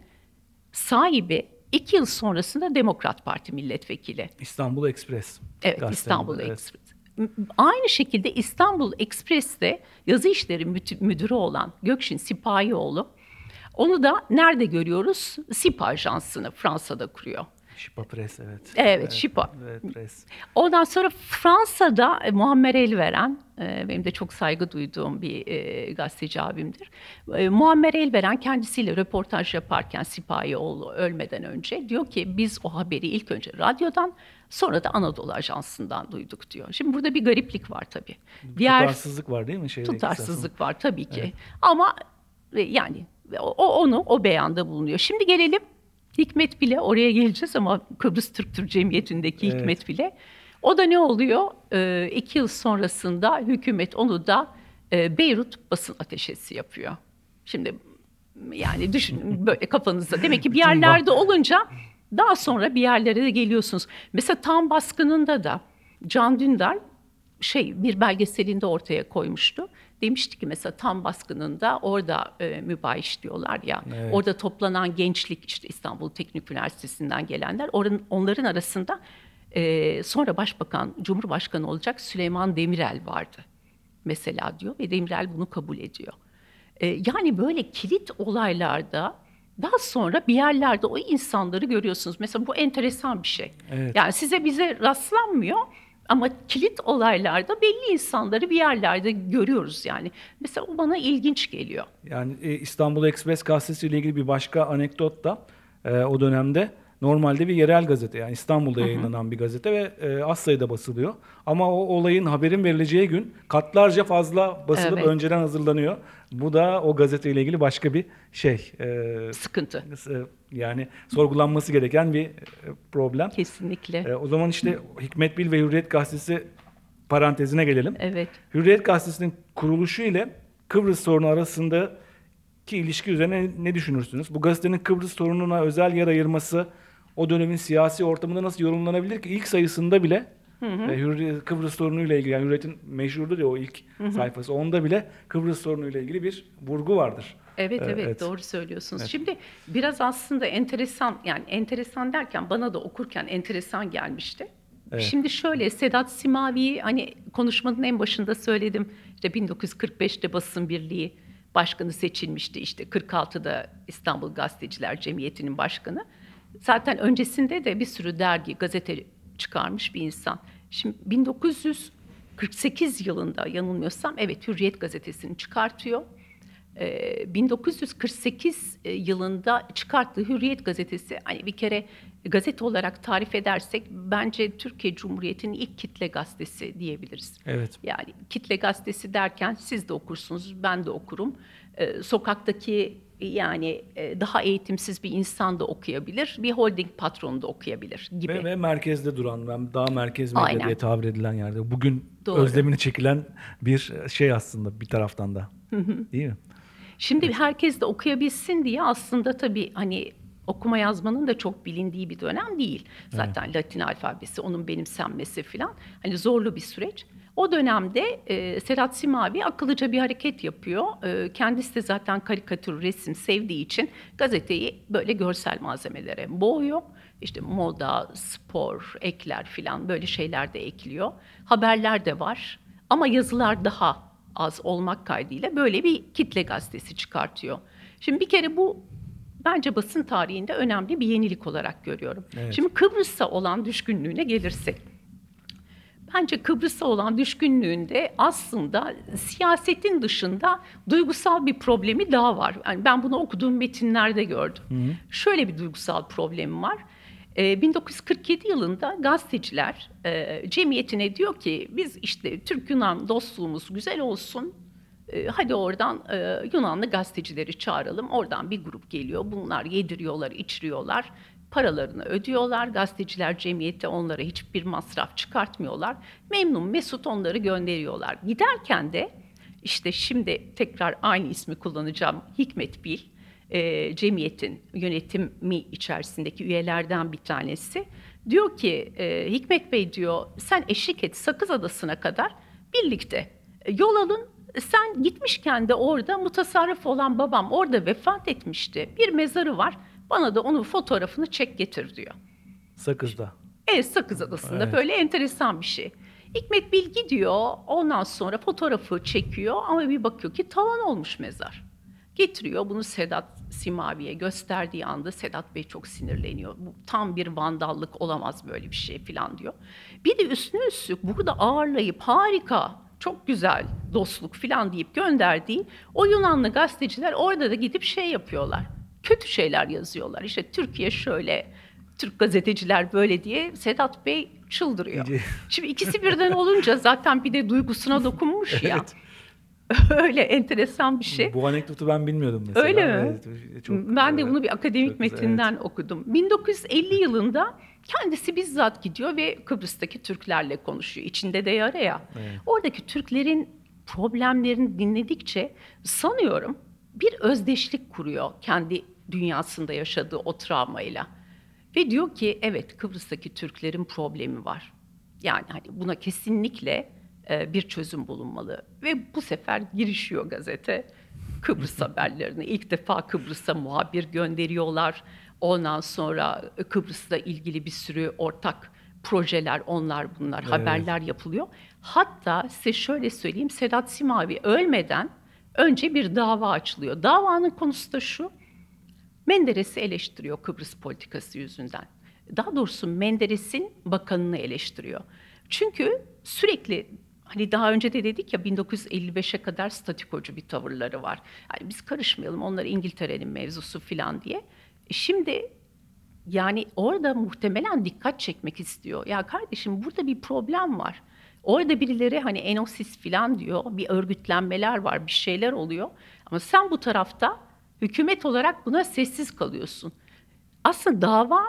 Speaker 2: sahibi iki yıl sonrasında Demokrat Parti milletvekili.
Speaker 1: İstanbul Ekspres.
Speaker 2: Evet,
Speaker 1: gazetenin,
Speaker 2: İstanbul
Speaker 1: evet.
Speaker 2: Ekspres. Aynı şekilde İstanbul Ekspres'te yazı işleri müdürü olan Gökşin Sipahioğlu, onu da nerede görüyoruz? SİPA ajansını Fransa'da kuruyor.
Speaker 1: Şipa Press, evet.
Speaker 2: Evet, Şipa.
Speaker 1: Evet, Press.
Speaker 2: Ondan sonra Fransa'da e, Muammer Elveren, e, benim de çok saygı duyduğum bir e, gazeteci abimdir. E, Muammer Elveren kendisiyle röportaj yaparken Sipahioğlu ölmeden önce diyor ki biz o haberi ilk önce radyodan, sonra da Anadolu Ajansı'ndan duyduk diyor. Şimdi burada bir gariplik var tabii. Diğer
Speaker 1: Tutarsızlık var değil mi? Şeyde,
Speaker 2: tutarsızlık var tabii ki. Ama e, yani o, onu o beyanda bulunuyor. Şimdi gelelim Hikmet Bil'e, oraya geleceğiz ama Kıbrıs Türk Türk Cemiyeti'ndeki
Speaker 1: Evet.
Speaker 2: Hikmet Bil'e. O da ne oluyor? Ee, iki yıl sonrasında hükümet onu da e, Beyrut basın ateşesi yapıyor. Şimdi yani düşünün böyle kafanızda. Demek ki bir
Speaker 1: Bütün
Speaker 2: yerlerde olunca daha sonra bir yerlere de geliyorsunuz. Mesela Tam baskınında da Can Dündar şey bir belgeselinde ortaya koymuştu. Demişti ki mesela Tam baskınında orada e, mübahiş diyorlar ya.
Speaker 1: Evet.
Speaker 2: Orada toplanan gençlik, işte İstanbul Teknik Üniversitesi'nden gelenler, oranın, onların arasında e, sonra Başbakan, Cumhurbaşkanı olacak Süleyman Demirel vardı. mesela diyor ve Demirel bunu kabul ediyor. E, yani böyle kilit olaylarda daha sonra bir yerlerde o insanları görüyorsunuz. Mesela bu enteresan bir şey.
Speaker 1: Evet.
Speaker 2: Yani size bize rastlanmıyor ama kilit olaylarda belli insanları bir yerlerde görüyoruz yani. Mesela o bana ilginç geliyor.
Speaker 1: Yani e, İstanbul Express gazetesi ile ilgili bir başka anekdot da e, o dönemde normalde bir yerel gazete, yani İstanbul'da yayınlanan bir gazete ve e, az sayıda basılıyor. Ama o olayın haberin verileceği gün katlarca fazla basılıp
Speaker 2: Evet.
Speaker 1: önceden hazırlanıyor. Bu da o gazeteyle ilgili başka bir şey. e,
Speaker 2: Sıkıntı.
Speaker 1: e, Yani sorgulanması gereken bir e, problem.
Speaker 2: Kesinlikle.
Speaker 1: E, o zaman işte Hikmet Bil ve Hürriyet gazetesi parantezine gelelim.
Speaker 2: Evet.
Speaker 1: Hürriyet gazetesinin kuruluşu ile Kıbrıs sorunu arasındaki ilişki üzerine ne düşünürsünüz? Bu gazetenin Kıbrıs sorununa özel yer ayırması o dönemin siyasi ortamında nasıl yorumlanabilir ki? İlk sayısında bile
Speaker 2: Hı hı.
Speaker 1: e, Hürriyet, Kıbrıs sorunuyla ilgili, yani Hürriyet'in meşhurdur ya o ilk
Speaker 2: Hı hı.
Speaker 1: sayfası. Onda bile Kıbrıs sorunuyla ilgili bir vurgu vardır.
Speaker 2: Evet,
Speaker 1: Ee,
Speaker 2: evet
Speaker 1: evet.
Speaker 2: doğru söylüyorsunuz.
Speaker 1: Evet.
Speaker 2: Şimdi biraz aslında enteresan, yani enteresan derken bana da okurken enteresan gelmişti.
Speaker 1: Evet.
Speaker 2: Şimdi şöyle, Sedat Simavi'yi hani konuşmanın en başında söyledim. İşte bin dokuz yüz kırk beşte Basın Birliği Başkanı seçilmişti. İşte kırk altıda İstanbul Gazeteciler Cemiyeti'nin başkanı. Zaten öncesinde de bir sürü dergi, gazete çıkarmış bir insan. Şimdi bin dokuz yüz kırk sekiz yılında yanılmıyorsam evet Hürriyet gazetesini çıkartıyor. bin dokuz yüz kırk sekiz yılında çıkarttığı Hürriyet gazetesi, hani bir kere gazete olarak tarif edersek bence Türkiye Cumhuriyeti'nin ilk kitle gazetesi diyebiliriz.
Speaker 1: Evet.
Speaker 2: Yani kitle gazetesi derken siz de okursunuz, ben de okurum. Ee, sokaktaki yani daha eğitimsiz bir insan da okuyabilir, bir holding patronu da okuyabilir gibi.
Speaker 1: Ve, ve merkezde duran, ben daha merkez medya
Speaker 2: Aynen.
Speaker 1: diye tabir edilen yerde. Bugün
Speaker 2: Doğru.
Speaker 1: özlemini çekilen bir şey aslında bir taraftan da. Değil mi?
Speaker 2: Şimdi herkes de okuyabilsin diye aslında tabii hani okuma yazmanın da çok bilindiği bir dönem değil. Zaten evet. Latin alfabesi, onun benimsenmesi falan hani zorlu bir süreç. O dönemde e, Sedat Simavi akıllıca bir hareket yapıyor. E, kendisi de zaten karikatür, resim sevdiği için gazeteyi böyle görsel malzemelere boğuyor. İşte moda, spor, ekler falan böyle şeyler de ekliyor. Haberler de var ama yazılar daha az olmak kaydıyla böyle bir kitle gazetesi çıkartıyor. Şimdi bir kere bu bence basın tarihinde önemli bir yenilik olarak görüyorum. Evet. Şimdi Kıbrıs'a olan düşkünlüğüne gelirsek. Bence Kıbrıs'a olan düşkünlüğünde aslında siyasetin dışında duygusal bir problemi daha var. Yani ben bunu okuduğum metinlerde gördüm. Hı hı. Şöyle bir duygusal problemi var. bin dokuz yüz kırk yedi yılında gazeteciler e, cemiyetine diyor ki biz işte Türk-Yunan dostluğumuz güzel olsun. E, hadi oradan e, Yunanlı gazetecileri çağıralım. Oradan bir grup geliyor. Bunlar yediriyorlar, içiriyorlar. Paralarını ödüyorlar. Gazeteciler cemiyeti onlara hiçbir masraf çıkartmıyorlar. Memnun mesut onları gönderiyorlar. Giderken de işte şimdi tekrar aynı ismi kullanacağım, Hikmet Bil. E, cemiyetin yönetimi içerisindeki üyelerden bir tanesi diyor ki e, Hikmet Bey diyor sen eşlik et Sakız Adası'na kadar birlikte e, yol alın, sen gitmişken de orada mutasarrıf olan babam orada vefat etmişti, bir mezarı var, bana da onun fotoğrafını çek getir diyor.
Speaker 1: Sakız'da.
Speaker 2: Evet, Sakız Adası'nda. Evet. Böyle enteresan bir şey. Hikmet Bil gidiyor, ondan sonra fotoğrafı çekiyor ama bir bakıyor ki tavan olmuş mezar. Getiriyor bunu Sedat Simavi'ye gösterdiği anda Sedat Bey çok sinirleniyor. Bu tam bir vandallık, olamaz böyle bir şey falan diyor. Bir de üstüne üstlük burada ağırlayıp harika, çok güzel dostluk falan deyip gönderdiği o Yunanlı gazeteciler orada da gidip şey yapıyorlar. Kötü şeyler yazıyorlar. İşte Türkiye şöyle, Türk gazeteciler böyle diye Sedat Bey çıldırıyor. Şimdi ikisi birden olunca zaten bir de duygusuna dokunmuş ya. Evet. Öyle enteresan bir şey.
Speaker 1: Bu anekdotu ben bilmiyordum mesela.
Speaker 2: Öyle mi?
Speaker 1: Evet, çok,
Speaker 2: ben de bunu bir akademik metinden evet. okudum. bin dokuz yüz elli yılında kendisi bizzat gidiyor ve Kıbrıs'taki Türklerle konuşuyor. İçinde de yarı ya. Evet. Oradaki Türklerin problemlerini dinledikçe sanıyorum bir özdeşlik kuruyor kendi dünyasında yaşadığı o travmayla. Ve diyor ki evet, Kıbrıs'taki Türklerin problemi var. Yani hani buna kesinlikle bir çözüm bulunmalı. Ve bu sefer girişiyor gazete Kıbrıs haberlerine. İlk defa Kıbrıs'a muhabir gönderiyorlar. Ondan sonra Kıbrıs'la ilgili bir sürü ortak projeler, onlar bunlar,
Speaker 1: Evet.
Speaker 2: haberler yapılıyor. Hatta size şöyle söyleyeyim, Sedat Simavi ölmeden önce bir dava açılıyor. Davanın konusu da şu: Menderes'i eleştiriyor Kıbrıs politikası yüzünden. Daha doğrusu Menderes'in bakanını eleştiriyor. Çünkü sürekli, hani daha önce de dedik ya, bin dokuz yüz elli beşe kadar statikocu bir tavırları var. Yani biz karışmayalım, onlar İngiltere'nin mevzusu falan diye. E şimdi yani orada muhtemelen dikkat çekmek istiyor. Ya kardeşim, burada bir problem var. Orada birileri hani Enosis falan diyor, bir örgütlenmeler var, bir şeyler oluyor. Ama sen bu tarafta hükümet olarak buna sessiz kalıyorsun. Aslında dava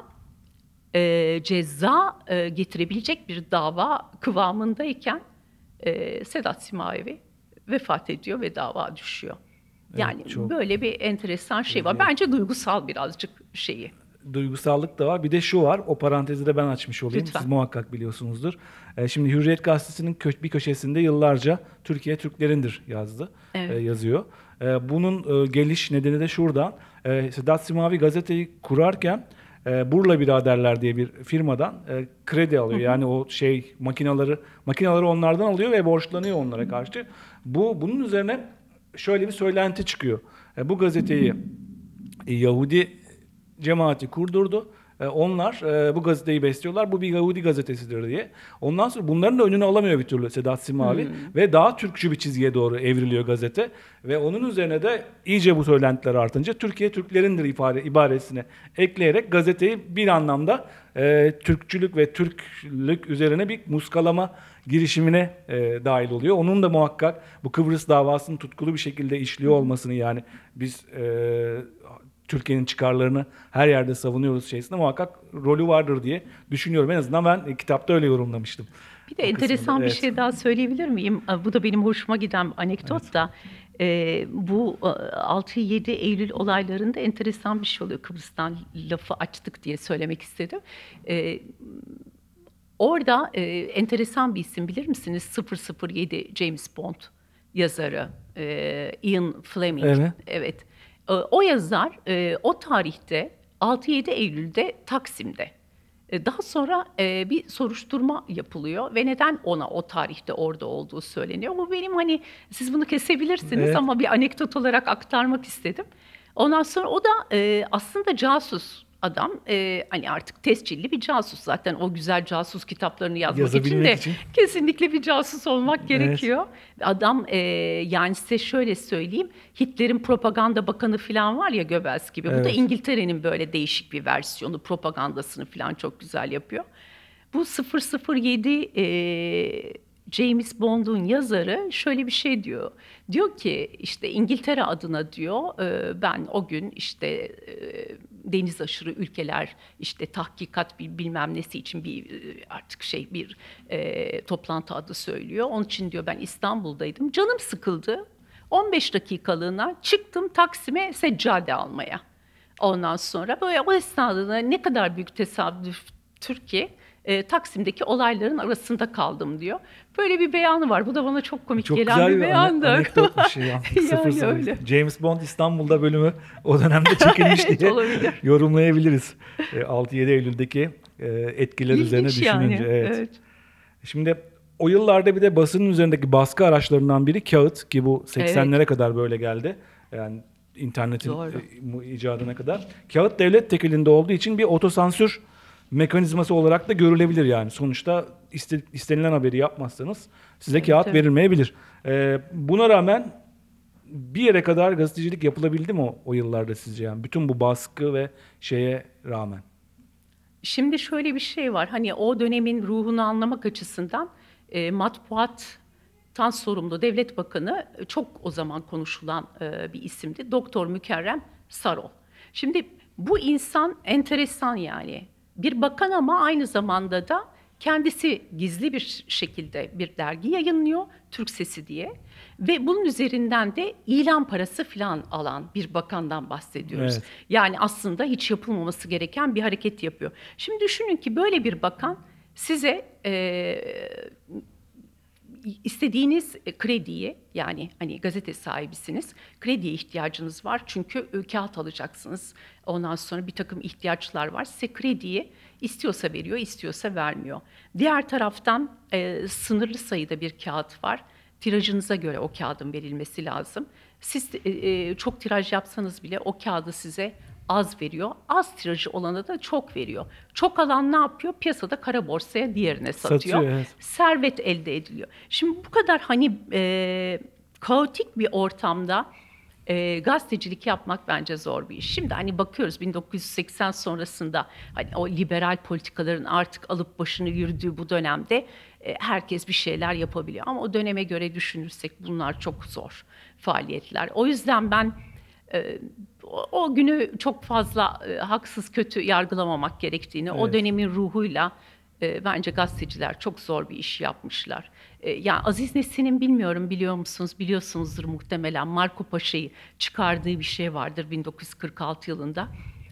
Speaker 2: e, ceza e, getirebilecek bir dava kıvamındayken e, Sedat Simavi vefat ediyor ve dava düşüyor. Yani
Speaker 1: Evet, çok
Speaker 2: böyle bir enteresan şey var.
Speaker 1: ilginç.
Speaker 2: Bence duygusal birazcık şeyi.
Speaker 1: Duygusallık da var. Bir de şu var. O parantezi de ben açmış olayım.
Speaker 2: Lütfen.
Speaker 1: Siz muhakkak biliyorsunuzdur. Ee, şimdi Hürriyet Gazetesi'nin kö- bir köşesinde yıllarca Türkiye Türklerindir yazdı.
Speaker 2: Evet.
Speaker 1: e, yazıyor. E, bunun e, geliş nedeni de şuradan. E, Sedat Simavi gazeteyi kurarken e, Burla Biraderler diye bir firmadan e, kredi alıyor. Yani o şey makinaları makinaları onlardan alıyor ve borçlanıyor onlara karşı. Bu bunun üzerine şöyle bir söylenti çıkıyor. E, bu gazeteyi e, Yahudi cemaati kurdurdu. E, onlar e, bu gazeteyi besliyorlar. Bu bir Yahudi gazetesidir diye. Ondan sonra bunların da önünü alamıyor bir türlü Sedat Simavi.
Speaker 2: Hmm.
Speaker 1: Ve daha Türkçü bir çizgiye doğru evriliyor gazete. Ve onun üzerine de iyice bu söylentiler artınca Türkiye Türklerindir ifade, ibaresini ekleyerek gazeteyi bir anlamda e, Türkçülük ve Türklük üzerine bir muskalama girişimine e, dahil oluyor. Onun da muhakkak bu Kıbrıs davasının tutkulu bir şekilde işliyor olmasını, yani biz e, Türkiye'nin çıkarlarını her yerde savunuyoruz şeysinde muhakkak rolü vardır diye düşünüyorum. En azından ben e, kitapta öyle yorumlamıştım.
Speaker 2: Bir de
Speaker 1: O
Speaker 2: enteresan
Speaker 1: kısmında,
Speaker 2: bir
Speaker 1: evet.
Speaker 2: şey daha söyleyebilir miyim? Bu da benim hoşuma giden bir anekdot da. E, bu altı yedi Eylül olaylarında enteresan bir şey oluyor. Kıbrıs'tan lafı açtık diye söylemek istedim. E, orada e, enteresan bir isim, bilir misiniz? sıfır sıfır yedi James Bond yazarı e, Ian Fleming.
Speaker 1: Evet.
Speaker 2: Evet. E, o yazar e, o tarihte altı yedi Eylül'de Taksim'de. E, Daha sonra e, bir soruşturma yapılıyor ve neden ona o tarihte orada olduğu söyleniyor. Bu benim, hani siz bunu kesebilirsiniz
Speaker 1: Evet.
Speaker 2: ama bir anekdot olarak aktarmak istedim. Ondan sonra o da e, aslında casus adam, e, hani artık tescilli bir casus, zaten o güzel casus kitaplarını yazmak için
Speaker 1: Yazabilmek
Speaker 2: de
Speaker 1: için.
Speaker 2: kesinlikle bir casus olmak
Speaker 1: Evet.
Speaker 2: gerekiyor. Adam e, yani size şöyle söyleyeyim, Hitler'in propaganda bakanı falan var ya, Goebbels gibi. Bu da
Speaker 1: Evet.
Speaker 2: İngiltere'nin böyle değişik bir versiyonu, propagandasını falan çok güzel yapıyor. Bu sıfır sıfır yedi e, James Bond'un yazarı şöyle bir şey diyor. Diyor ki işte İngiltere adına diyor, e, ben o gün işte e, deniz aşırı ülkeler işte tahkikat bir bilmem nesi için bir e, artık şey bir e, toplantı adı söylüyor. Onun için diyor ben İstanbul'daydım. Canım sıkıldı. on beş dakikalığına çıktım Taksim'e seccade almaya. Ondan sonra böyle o esnada da ne kadar büyük tesadüf Türkiye e, Taksim'deki olayların arasında kaldım diyor. Böyle bir beyanı var. Bu da bana çok komik
Speaker 1: Çok
Speaker 2: gelen
Speaker 1: güzel
Speaker 2: bir
Speaker 1: bir ane-
Speaker 2: beyandı.
Speaker 1: anekdotmuş ya.
Speaker 2: Yani
Speaker 1: sıfır sıfır.
Speaker 2: öyle.
Speaker 1: James Bond İstanbul'da bölümü o dönemde çekilmiş
Speaker 2: Evet,
Speaker 1: diye
Speaker 2: olabilir.
Speaker 1: yorumlayabiliriz. E, altı yedi Eylül'deki e, etkiler üzerine
Speaker 2: İlginç
Speaker 1: düşününce.
Speaker 2: yani.
Speaker 1: Evet.
Speaker 2: Evet.
Speaker 1: Şimdi o yıllarda bir de basının üzerindeki baskı araçlarından biri kağıt, ki bu seksenlere
Speaker 2: Evet.
Speaker 1: kadar böyle geldi. Yani internetin
Speaker 2: Doğru.
Speaker 1: e, bu icadına kadar. Kağıt devlet tekelinde olduğu için bir otosansür mekanizması olarak da görülebilir yani. Sonuçta iste- istenilen haberi yapmazsanız size
Speaker 2: Evet,
Speaker 1: kağıt
Speaker 2: evet.
Speaker 1: verilmeyebilir. Ee, buna rağmen bir yere kadar gazetecilik yapılabildi mi o, o yıllarda sizce, yani bütün bu baskı ve şeye rağmen?
Speaker 2: Şimdi şöyle bir şey var. Hani o dönemin ruhunu anlamak açısından e, matbuattan sorumlu devlet bakanı e, çok o zaman konuşulan e, bir isimdi. Doktor Mükerrem Sarol. Şimdi bu insan enteresan yani. Bir bakan ama aynı zamanda da kendisi gizli bir şekilde bir dergi yayınlıyor, Türk Sesi diye. Ve bunun üzerinden de ilan parası falan alan bir bakandan bahsediyoruz.
Speaker 1: Evet.
Speaker 2: Yani aslında hiç yapılmaması gereken bir hareket yapıyor. Şimdi düşünün ki böyle bir bakan size e, istediğiniz krediyi, yani hani gazete sahibisiniz, krediye ihtiyacınız var çünkü e, kağıt alacaksınız. Ondan sonra bir takım ihtiyaçlar var. Size krediyi istiyorsa veriyor, istiyorsa vermiyor. Diğer taraftan e, sınırlı sayıda bir kağıt var. Tirajınıza göre o kağıdın verilmesi lazım. Siz e, e, çok tiraj yapsanız bile o kağıdı size az veriyor. Az tirajı olana da çok veriyor. Çok alan ne yapıyor? Piyasada kara borsaya diğerine satıyor.
Speaker 1: Satıyor, evet.
Speaker 2: Servet elde ediliyor. Şimdi bu kadar hani e, kaotik bir ortamda e, gazetecilik yapmak bence zor bir iş. Şimdi hani bakıyoruz bin dokuz yüz seksen sonrasında hani o liberal politikaların artık alıp başını yürüdüğü bu dönemde e, herkes bir şeyler yapabiliyor. Ama o döneme göre düşünürsek bunlar çok zor faaliyetler. O yüzden ben e, o, o günü çok fazla e, haksız kötü yargılamamak gerektiğini,
Speaker 1: Evet.
Speaker 2: o dönemin ruhuyla e, bence gazeteciler çok zor bir iş yapmışlar. E, yani Aziz Nesin'in, bilmiyorum biliyor musunuz, biliyorsunuzdur muhtemelen, Marco Paşa'yı çıkardığı bir şey vardır bin dokuz yüz kırk altı yılında.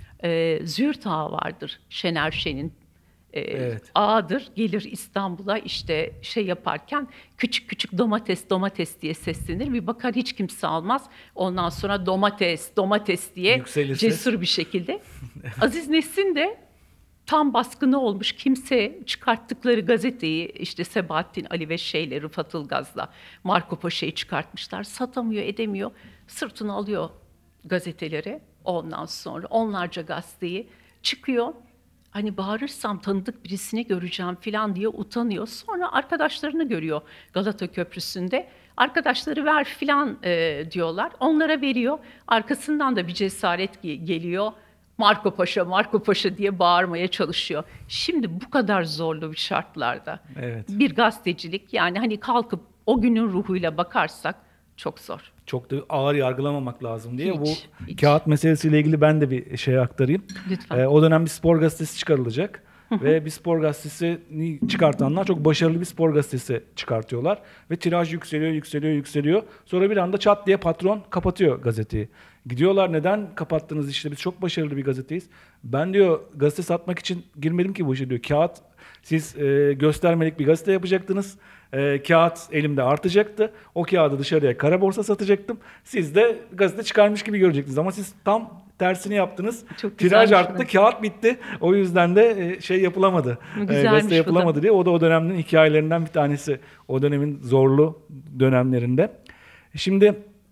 Speaker 2: E, Züğürt Ağa vardır, Şener Şen'in e,
Speaker 1: Evet.
Speaker 2: ağadır, gelir İstanbul'a işte şey yaparken küçük küçük domates domates diye seslenir. Bir bakar hiç kimse almaz. Ondan sonra domates domates diye
Speaker 1: Yükselir ses.
Speaker 2: cesur bir şekilde. Aziz Nesin de tam baskını olmuş, kimse çıkarttıkları gazeteyi, işte Sebahattin Ali ve şeyle, Rıfat Ilgaz'la Marco Paşa'yı çıkartmışlar. Satamıyor, edemiyor. Sırtına alıyor gazeteleri. Ondan sonra onlarca gazeteyi çıkıyor. Hani bağırırsam tanıdık birisini göreceğim falan diye utanıyor. Sonra arkadaşlarını görüyor Galata Köprüsü'nde. Arkadaşları ver filan e, diyorlar. Onlara veriyor. Arkasından da bir cesaret ge- geliyor. Marco Paşa, Marco Paşa diye bağırmaya çalışıyor. Şimdi bu kadar zorlu bir şartlarda
Speaker 1: Evet.
Speaker 2: bir gazetecilik, yani hani kalkıp o günün ruhuyla bakarsak çok zor.
Speaker 1: Çok da ağır yargılamamak lazım diye
Speaker 2: Hiç,
Speaker 1: bu
Speaker 2: hiç.
Speaker 1: kağıt meselesiyle ilgili ben de bir şey aktarayım.
Speaker 2: Lütfen.
Speaker 1: Ee, o dönem bir spor gazetesi çıkarılacak ve bir spor gazetesini çıkartanlar çok başarılı bir spor gazetesi çıkartıyorlar ve tiraj yükseliyor, yükseliyor, yükseliyor. Sonra bir anda çat diye patron kapatıyor gazeteyi. Gidiyorlar, neden kapattınız, işte biz çok başarılı bir gazeteyiz. Ben diyor gazete satmak için girmedim ki bu işe diyor. Kağıt, siz e, göstermelik bir gazete yapacaktınız. E, kağıt elimde artacaktı. O kağıdı dışarıya kara borsa satacaktım. Siz de gazete çıkarmış gibi görecektiniz. Ama siz tam tersini yaptınız.
Speaker 2: Çok
Speaker 1: Tiraj
Speaker 2: güzelmiş
Speaker 1: arttı,
Speaker 2: bu da.
Speaker 1: kağıt bitti. O yüzden de e, şey yapılamadı.
Speaker 2: Bu
Speaker 1: E,
Speaker 2: güzelmiş
Speaker 1: gazete
Speaker 2: bu da.
Speaker 1: yapılamadı diye. O da o dönemin hikayelerinden bir tanesi. O dönemin zorlu dönemlerinde. Şimdi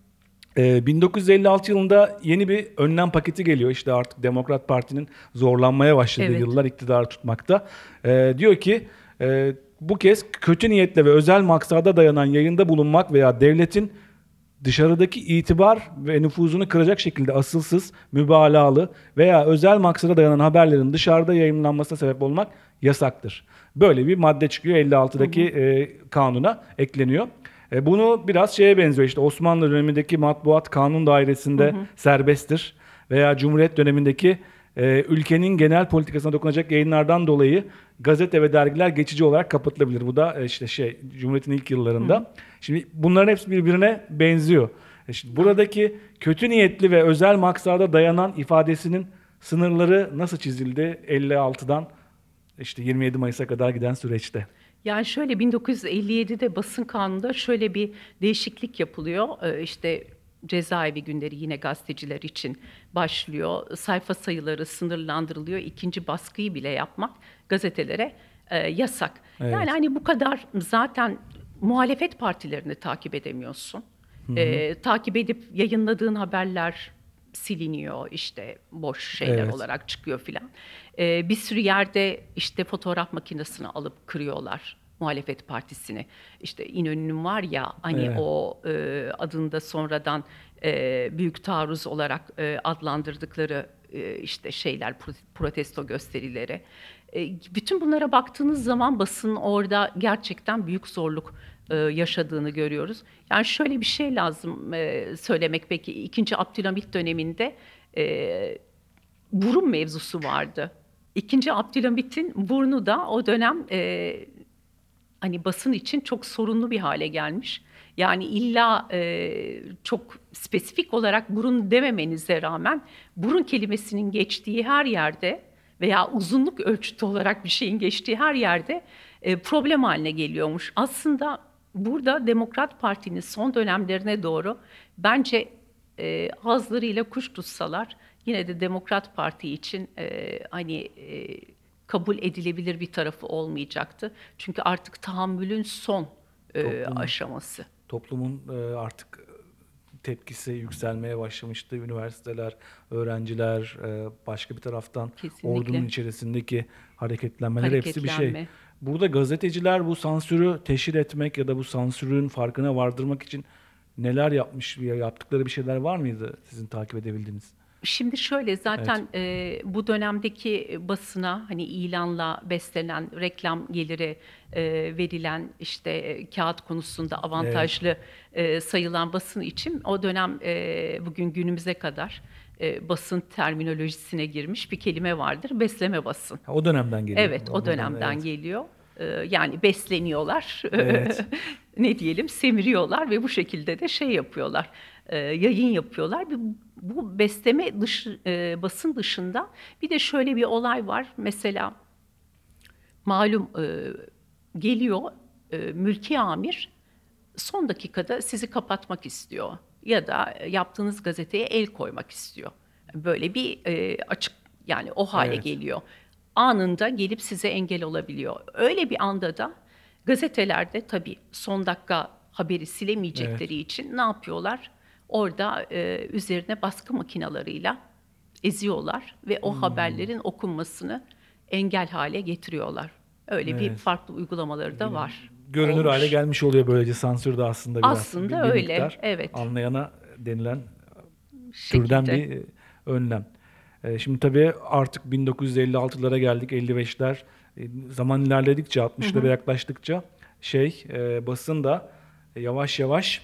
Speaker 1: Ee, bin dokuz yüz elli altı yılında yeni bir önlem paketi geliyor. İşte artık Demokrat Parti'nin zorlanmaya başladığı
Speaker 2: Evet.
Speaker 1: yıllar iktidarı tutmakta. Ee, diyor ki e, bu kez kötü niyetle ve özel maksada dayanan yayında bulunmak veya devletin dışarıdaki itibar ve nüfuzunu kıracak şekilde asılsız, mübalağalı veya özel maksada dayanan haberlerin dışarıda yayınlanmasına sebep olmak yasaktır. Böyle bir madde çıkıyor, elli altıdaki e, kanuna ekleniyor. E, bunu biraz şeye benziyor, işte Osmanlı dönemindeki matbuat kanun dairesinde hı hı. serbesttir veya Cumhuriyet dönemindeki e, ülkenin genel politikasına dokunacak yayınlardan dolayı gazete ve dergiler geçici olarak kapatılabilir. Bu da e, işte şey Cumhuriyet'in ilk yıllarında. Hı hı. Şimdi bunların hepsi birbirine benziyor. E şimdi buradaki kötü niyetli ve özel maksada dayanan ifadesinin sınırları nasıl çizildi elli altıdan işte yirmi yedi Mayıs'a kadar giden süreçte?
Speaker 2: Yani şöyle, bin dokuz yüz elli yedide basın kanununda şöyle bir değişiklik yapılıyor. Ee, işte cezaevi günleri yine gazeteciler için başlıyor. Sayfa sayıları sınırlandırılıyor. İkinci baskıyı bile yapmak gazetelere e, yasak.
Speaker 1: Evet.
Speaker 2: Yani hani bu kadar zaten muhalefet partilerini takip edemiyorsun. Ee, takip edip yayınladığın haberler siliniyor, işte boş şeyler
Speaker 1: Evet.
Speaker 2: olarak çıkıyor filan. Ee, bir sürü yerde işte fotoğraf makinesini alıp kırıyorlar muhalefet partisini. İşte İnönü'nün var ya hani
Speaker 1: Evet.
Speaker 2: o e, adında sonradan e, büyük taarruz olarak e, adlandırdıkları e, işte şeyler, protesto gösterileri. E, bütün bunlara baktığınız zaman basın orada gerçekten büyük zorluk e, yaşadığını görüyoruz. Yani şöyle bir şey lazım e, söylemek, peki ikinci Abdülhamit döneminde e, burun mevzusu vardı. İkinci Abdülhamit'in burnu da o dönem e, hani basın için çok sorunlu bir hale gelmiş. Yani illa e, çok spesifik olarak burun dememenize rağmen burun kelimesinin geçtiği her yerde veya uzunluk ölçütü olarak bir şeyin geçtiği her yerde e, problem haline geliyormuş. Aslında burada Demokrat Parti'nin son dönemlerine doğru bence e, ağızlarıyla kuş tutsalar yine de Demokrat Parti için e, hani e, kabul edilebilir bir tarafı olmayacaktı. Çünkü artık tahammülün son e,
Speaker 1: Toplum,
Speaker 2: aşaması.
Speaker 1: toplumun e, artık tepkisi yükselmeye başlamıştı. Üniversiteler, öğrenciler, e, başka bir taraftan
Speaker 2: Kesinlikle.
Speaker 1: ordunun içerisindeki hareketlenmeler hepsi bir şey.
Speaker 2: Hareketlenme.
Speaker 1: Burada gazeteciler bu sansürü teşhir etmek ya da bu sansürün farkına vardırmak için neler yapmış, ya yaptıkları bir şeyler var mıydı sizin takip edebildiğiniz?
Speaker 2: Şimdi şöyle
Speaker 1: Evet.
Speaker 2: zaten e, bu dönemdeki basına hani ilanla beslenen, reklam geliri e, verilen işte e, kağıt konusunda
Speaker 1: Evet.
Speaker 2: avantajlı e, sayılan basın için o dönem e, bugün günümüze kadar e, basın terminolojisine girmiş bir kelime vardır. Besleme basın.
Speaker 1: Ha, o dönemden geliyor.
Speaker 2: Evet, o
Speaker 1: Buradan
Speaker 2: dönemden
Speaker 1: evet.
Speaker 2: geliyor. Ee, Yani besleniyorlar,
Speaker 1: Evet.
Speaker 2: ne diyelim, semiriyorlar ve bu şekilde de şey yapıyorlar, e, yayın yapıyorlar. Bu, bu besleme dış, e, basın dışında bir de şöyle bir olay var. Mesela malum e, geliyor e, mülki amir son dakikada sizi kapatmak istiyor ya da yaptığınız gazeteye el koymak istiyor. Böyle bir e, açık yani o hale
Speaker 1: Evet.
Speaker 2: geliyor. Anında gelip size engel olabiliyor. Öyle bir anda da gazetelerde tabii son dakika haberi
Speaker 1: Evet.
Speaker 2: silemeyecekleri için ne yapıyorlar? Orada e, üzerine baskı makinalarıyla eziyorlar ve o
Speaker 1: Hmm,
Speaker 2: haberlerin okunmasını engel hale getiriyorlar. Öyle bir
Speaker 1: evet.
Speaker 2: farklı uygulamaları da var,
Speaker 1: Görünür hale
Speaker 2: olmuş.
Speaker 1: gelmiş oluyor böylece sansür de aslında biraz bir,
Speaker 2: Aslında
Speaker 1: bir
Speaker 2: öyle,
Speaker 1: miktar
Speaker 2: evet,
Speaker 1: anlayana denilen türden
Speaker 2: şekilde.
Speaker 1: bir e, önlem. E, Şimdi tabii artık bin dokuz yüz elli altılara geldik, elli beşler. E, Zaman ilerledikçe,
Speaker 2: Hı
Speaker 1: altmışlara
Speaker 2: hı.
Speaker 1: yaklaştıkça şey e, basın da yavaş yavaş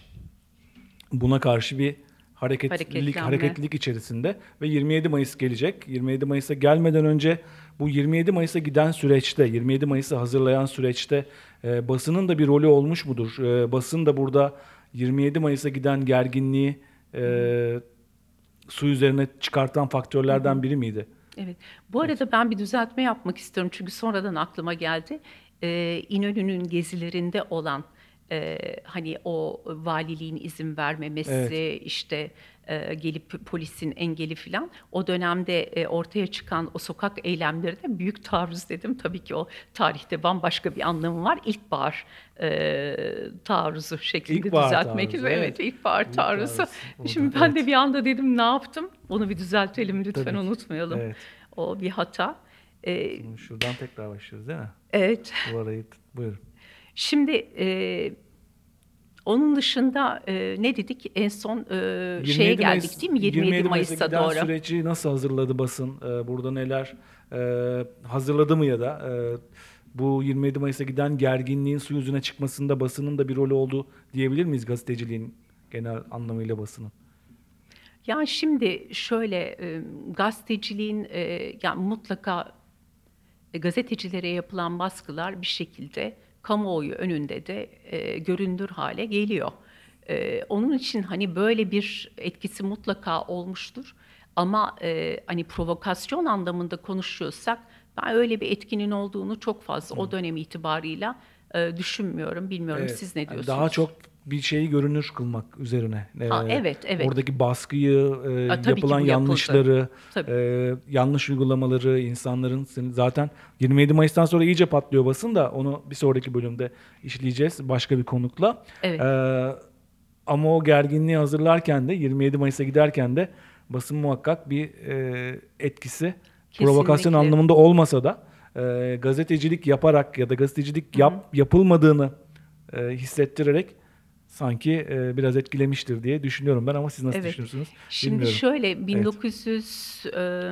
Speaker 1: buna karşı bir hareketlilik
Speaker 2: Hareketlenme.
Speaker 1: hareketlilik içerisinde ve yirmi yedi Mayıs gelecek. yirmi yedi Mayıs'a gelmeden önce bu yirmi yedi Mayıs'a giden süreçte, yirmi yedi Mayıs'ı hazırlayan süreçte e, basının da bir rolü olmuş mudur? E, basın da burada yirmi yedi Mayıs'a giden gerginliği
Speaker 2: Hı hı.
Speaker 1: e, su üzerine çıkartan
Speaker 2: Hı hı.
Speaker 1: faktörlerden biri miydi?
Speaker 2: Evet. Bu
Speaker 1: Evet.
Speaker 2: arada ben bir düzeltme yapmak istiyorum çünkü sonradan aklıma geldi. Ee, İnönü'nün gezilerinde olan e, hani o valiliğin izin
Speaker 1: Evet.
Speaker 2: vermemesi, işte e, gelip polisin engeli filan, o dönemde e, ortaya çıkan o sokak eylemlerine büyük taarruz dedim. Tabii ki o tarihte bambaşka bir anlamı var. İlkbahar e, taarruzu şeklinde
Speaker 1: İlkbahar
Speaker 2: düzeltmek
Speaker 1: taarruzu.
Speaker 2: üzere. Evet,
Speaker 1: Evet.
Speaker 2: ilkbahar
Speaker 1: İlk
Speaker 2: taarruzu.
Speaker 1: taarruz burada.
Speaker 2: Şimdi ben de
Speaker 1: Evet.
Speaker 2: bir anda dedim ne yaptım? Onu bir düzeltelim lütfen,
Speaker 1: Tabii ki.
Speaker 2: unutmayalım.
Speaker 1: Evet.
Speaker 2: O bir hata.
Speaker 1: O
Speaker 2: Ee,
Speaker 1: zaman şuradan tekrar başlıyoruz değil mi?
Speaker 2: evet.
Speaker 1: Bu arayı buyurun.
Speaker 2: Şimdi e, onun dışında e, ne dedik? En son e, şeye
Speaker 1: yirmi yedi
Speaker 2: geldik
Speaker 1: Mayıs
Speaker 2: değil mi? yirmi yedi
Speaker 1: yirmi yedi Mayıs'a
Speaker 2: Mayıs'a
Speaker 1: giden
Speaker 2: doğru.
Speaker 1: süreci nasıl hazırladı basın? Ee, burada neler e, hazırladı mı ya da e, bu yirmi yedi Mayıs'a giden gerginliğin su yüzüne çıkmasında basının da bir rolü oldu diyebilir miyiz, gazeteciliğin genel anlamıyla basının?
Speaker 2: Yani şimdi şöyle e, gazeteciliğin e, yani mutlaka e, gazetecilere yapılan baskılar bir şekilde kamuoyu önünde de e, görünür hale geliyor. E, onun için hani böyle bir etkisi mutlaka olmuştur. Ama e, hani provokasyon anlamında konuşuyorsak ben öyle bir etkinin olduğunu çok fazla o dönem itibarıyla e, düşünmüyorum. Bilmiyorum,
Speaker 1: Evet.
Speaker 2: siz ne
Speaker 1: Yani daha
Speaker 2: diyorsunuz?
Speaker 1: çok bir şeyi görünür kılmak üzerine.
Speaker 2: Ha,
Speaker 1: Ee,
Speaker 2: evet, evet.
Speaker 1: oradaki baskıyı, e,
Speaker 2: Ha, tabii ki
Speaker 1: yapılan
Speaker 2: bu yapıldı.
Speaker 1: yanlışları,
Speaker 2: Tabii.
Speaker 1: e, yanlış uygulamaları, insanların zaten yirmi yedi Mayıs'tan sonra iyice patlıyor basın da onu bir sonraki bölümde işleyeceğiz başka bir konukla.
Speaker 2: Evet.
Speaker 1: Ee, Ama o gerginliği hazırlarken de yirmi yedi Mayıs'a giderken de basın muhakkak bir e, etkisi, provokasyon
Speaker 2: Kesinlikle.
Speaker 1: anlamında olmasa da e, gazetecilik yaparak ya da gazetecilik
Speaker 2: Hı hı.
Speaker 1: yap yapılmadığını e, hissettirerek sanki e, biraz etkilemiştir diye düşünüyorum ben, ama siz nasıl
Speaker 2: Evet.
Speaker 1: düşünürsünüz
Speaker 2: Şimdi
Speaker 1: bilmiyorum.
Speaker 2: şöyle
Speaker 1: Evet.
Speaker 2: bin dokuz yüz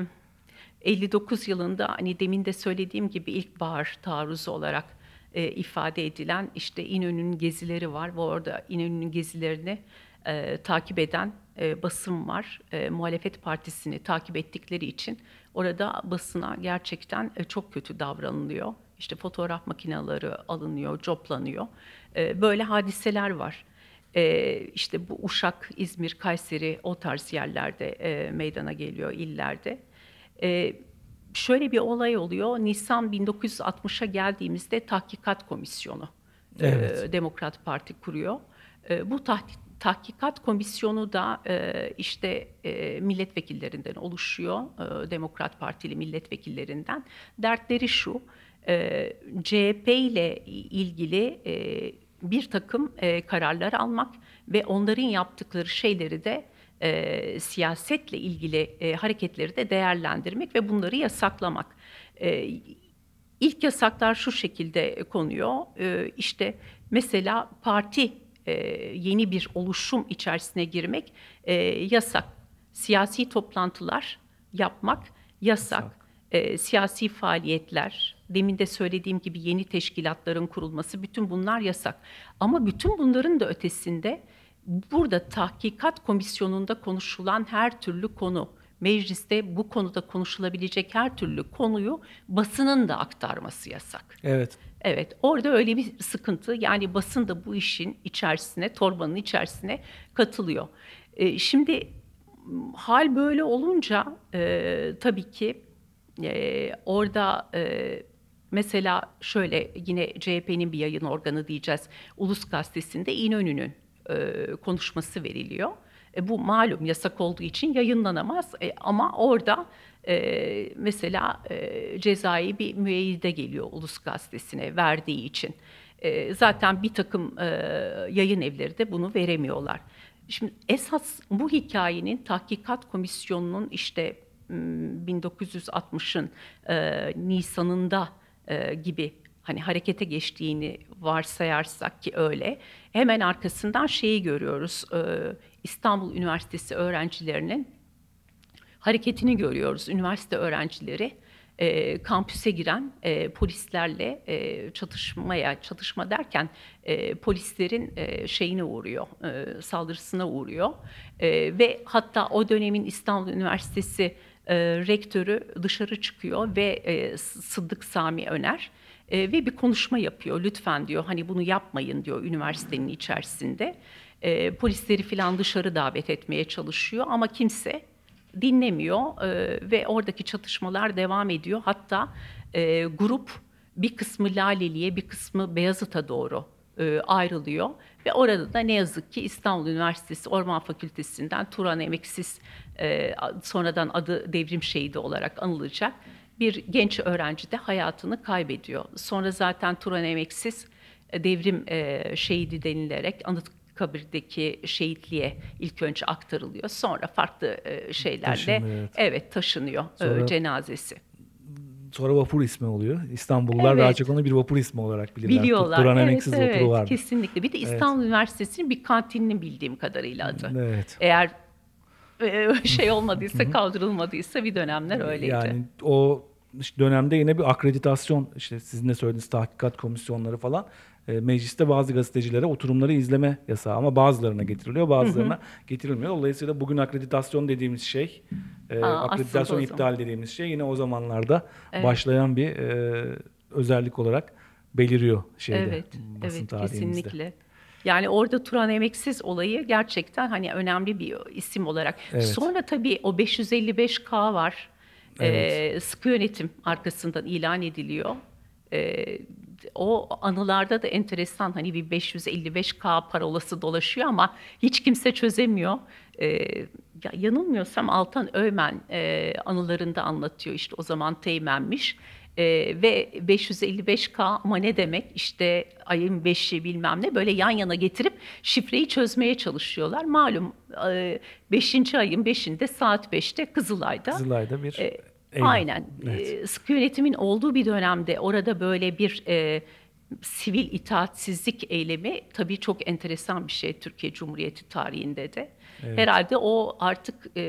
Speaker 2: elli dokuz yılında hani demin de söylediğim gibi ilkbahar taarruzu olarak e, ifade edilen işte İnönü'nün gezileri var ve orada İnönü'nün gezilerini e, takip eden e, basın var. E, muhalefet partisini takip ettikleri için orada basına gerçekten e, çok kötü davranılıyor. İşte fotoğraf makineleri alınıyor, coplanıyor. E, böyle hadiseler var. E, işte bu Uşak, İzmir, Kayseri o tarz yerlerde e, meydana geliyor, illerde. Ee, Şöyle bir olay oluyor. Nisan bin dokuz yüz altmışa geldiğimizde Tahkikat Komisyonu
Speaker 1: Evet.
Speaker 2: e, Demokrat Parti kuruyor. E, bu taht- tahkikat komisyonu da e, işte e, milletvekillerinden oluşuyor. E, Demokrat Partili milletvekillerinden. Dertleri şu, e, C H P ile ilgili e, bir takım e, kararlar almak ve onların yaptıkları şeyleri de e, siyasetle ilgili e, hareketleri de değerlendirmek ve bunları yasaklamak. E, ilk yasaklar şu şekilde konuyor. E, işte mesela parti e, yeni bir oluşum içerisine girmek e, yasak. Siyasi toplantılar yapmak yasak.
Speaker 1: Yasak.
Speaker 2: E, siyasi faaliyetler, demin de söylediğim gibi yeni teşkilatların kurulması, bütün bunlar yasak. Ama bütün bunların da ötesinde burada tahkikat komisyonunda konuşulan her türlü konu, mecliste bu konuda konuşulabilecek her türlü konuyu basının da aktarması yasak.
Speaker 1: Evet.
Speaker 2: Evet, orada öyle bir sıkıntı. Yani basın da bu işin içerisine, torbanın içerisine katılıyor. E, şimdi hal böyle olunca e, tabii ki e, orada e, mesela şöyle yine C H P'nin bir yayın organı diyeceğiz. Ulus Gazetesi'nde İnönü'nün e, konuşması veriliyor. E, bu malum yasak olduğu için yayınlanamaz. E, ama orada e, mesela e, cezai bir müeyyide geliyor Ulus Gazetesi'ne verdiği için. E, zaten bir takım e, yayın evleri de bunu veremiyorlar. Şimdi esas bu hikayenin tahkikat komisyonunun işte bin dokuz yüz altmışın e, Nisan'ında e, gibi hani harekete geçtiğini varsayarsak ki öyle, hemen arkasından şeyi görüyoruz. E, İstanbul Üniversitesi öğrencilerinin hareketini görüyoruz. Üniversite öğrencileri e, kampüse giren e, polislerle e, çatışmaya, çatışma derken e, polislerin e, şeyine uğruyor, e, saldırısına uğruyor. E, ve hatta o dönemin İstanbul Üniversitesi e, rektörü dışarı çıkıyor ve e, Sıddık Sami Öner e, ve bir konuşma yapıyor. Lütfen diyor, hani bunu yapmayın diyor üniversitenin içerisinde. E, polisleri falan dışarı davet etmeye çalışıyor ama kimse dinlemiyor e, ve oradaki çatışmalar devam ediyor. Hatta e, grup bir kısmı Laleli'ye, bir kısmı Beyazıt'a doğru e, ayrılıyor ve orada da ne yazık ki İstanbul Üniversitesi Orman Fakültesinden Turan Emeksiz, e, sonradan adı devrim şehidi olarak anılacak bir genç öğrenci de hayatını kaybediyor. Sonra zaten Turan Emeksiz e, devrim e, şehidi denilerek Anıtkabir'deki şehitliğe ilk önce aktarılıyor. Sonra farklı e, şeylerle
Speaker 1: Taşınıyor, evet.
Speaker 2: evet taşınıyor e,
Speaker 1: Sonra-
Speaker 2: cenazesi.
Speaker 1: Sonra vapur ismi oluyor. İstanbullular
Speaker 2: Evet.
Speaker 1: daha çok onu bir vapur ismi olarak bilirler.
Speaker 2: Biliyorlar.
Speaker 1: Turan
Speaker 2: Evet,
Speaker 1: Emeksiz vapuru
Speaker 2: evet,
Speaker 1: vardı.
Speaker 2: kesinlikle. Bir de İstanbul Üniversitesi'nin bir kantininin bildiğim kadarıyla adı.
Speaker 1: Evet.
Speaker 2: Eğer e, şey olmadıysa, kaldırılmadıysa bir dönemler öyleydi.
Speaker 1: Yani o işte dönemde yine bir akreditasyon, işte sizin de söylediğiniz tahkikat komisyonları falan, e, mecliste bazı gazetecilere oturumları izleme yasağı ama bazılarına getiriliyor, bazılarına getirilmiyor. Dolayısıyla bugün akreditasyon dediğimiz şey, e,
Speaker 2: Aa,
Speaker 1: akreditasyon
Speaker 2: aslında o
Speaker 1: iptal
Speaker 2: zaman.
Speaker 1: dediğimiz şey yine o zamanlarda
Speaker 2: Evet.
Speaker 1: başlayan bir e, özellik olarak beliriyor şeyde,
Speaker 2: Evet,
Speaker 1: basın
Speaker 2: evet,
Speaker 1: tarihimizde.
Speaker 2: kesinlikle. Yani orada Turan Emeksiz olayı gerçekten hani önemli bir isim olarak.
Speaker 1: Evet.
Speaker 2: Sonra tabii o beş yüz elli beş K var.
Speaker 1: Evet.
Speaker 2: Ee, sıkı yönetim arkasından ilan ediliyor. Ee, o anılarda da enteresan, hani bir beş yüz elli beş K parolası dolaşıyor ama hiç kimse çözemiyor. Ee, ya yanılmıyorsam Altan Öğmen e, anılarında anlatıyor, işte o zaman Teğmenmiş. Ee, ve beş yüz elli beş K ama ne demek, işte ayın beşi bilmem ne, böyle yan yana getirip şifreyi çözmeye çalışıyorlar. Malum e, beşinci ayın beşinde saat beşte Kızılay'da.
Speaker 1: Kızılay'da bir
Speaker 2: E,
Speaker 1: eylem.
Speaker 2: aynen.
Speaker 1: Evet.
Speaker 2: E, sıkı yönetimin olduğu bir dönemde orada böyle bir e, sivil itaatsizlik eylemi tabii çok enteresan bir şey Türkiye Cumhuriyeti tarihinde de.
Speaker 1: Evet.
Speaker 2: Herhalde o artık e,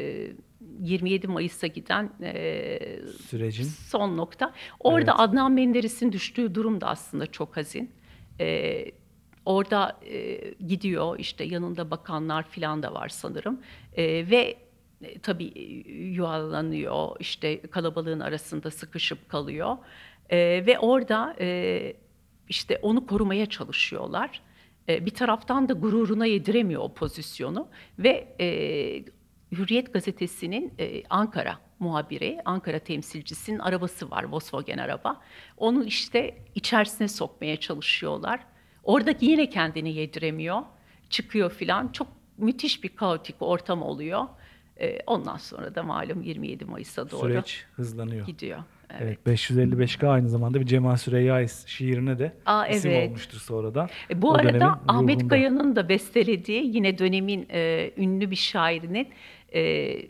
Speaker 2: yirmi yedi Mayıs'a giden e,
Speaker 1: Sürecin.
Speaker 2: son nokta. Orada
Speaker 1: Evet.
Speaker 2: Adnan Menderes'in düştüğü durum da aslında çok hazin. E, orada e, gidiyor, işte yanında bakanlar falan da var sanırım. E, ve e, tabii e, yuvalanıyor, işte kalabalığın arasında sıkışıp kalıyor. E, ve orada e, işte onu korumaya çalışıyorlar. E, bir taraftan da gururuna yediremiyor o pozisyonu ve e, Hürriyet Gazetesi'nin e, Ankara muhabiri, Ankara temsilcisinin arabası var, Volkswagen araba. Onu işte içerisine sokmaya çalışıyorlar. Oradaki yine kendini yediremiyor. Çıkıyor filan. Çok müthiş bir kaotik ortam oluyor. Ee, ondan sonra da malum yirmi yedi Mayıs'a doğru
Speaker 1: Süreç hızlanıyor.
Speaker 2: gidiyor. Evet.
Speaker 1: Evet, beş yüz elli beş K aynı zamanda bir Cemal Süreyya şiirine de
Speaker 2: Aa,
Speaker 1: isim
Speaker 2: evet.
Speaker 1: olmuştur sonradan.
Speaker 2: E, bu
Speaker 1: O
Speaker 2: arada
Speaker 1: dönemin
Speaker 2: Ahmet
Speaker 1: ruhunda.
Speaker 2: Kaya'nın da bestelediği yine dönemin e, ünlü bir şairinin e,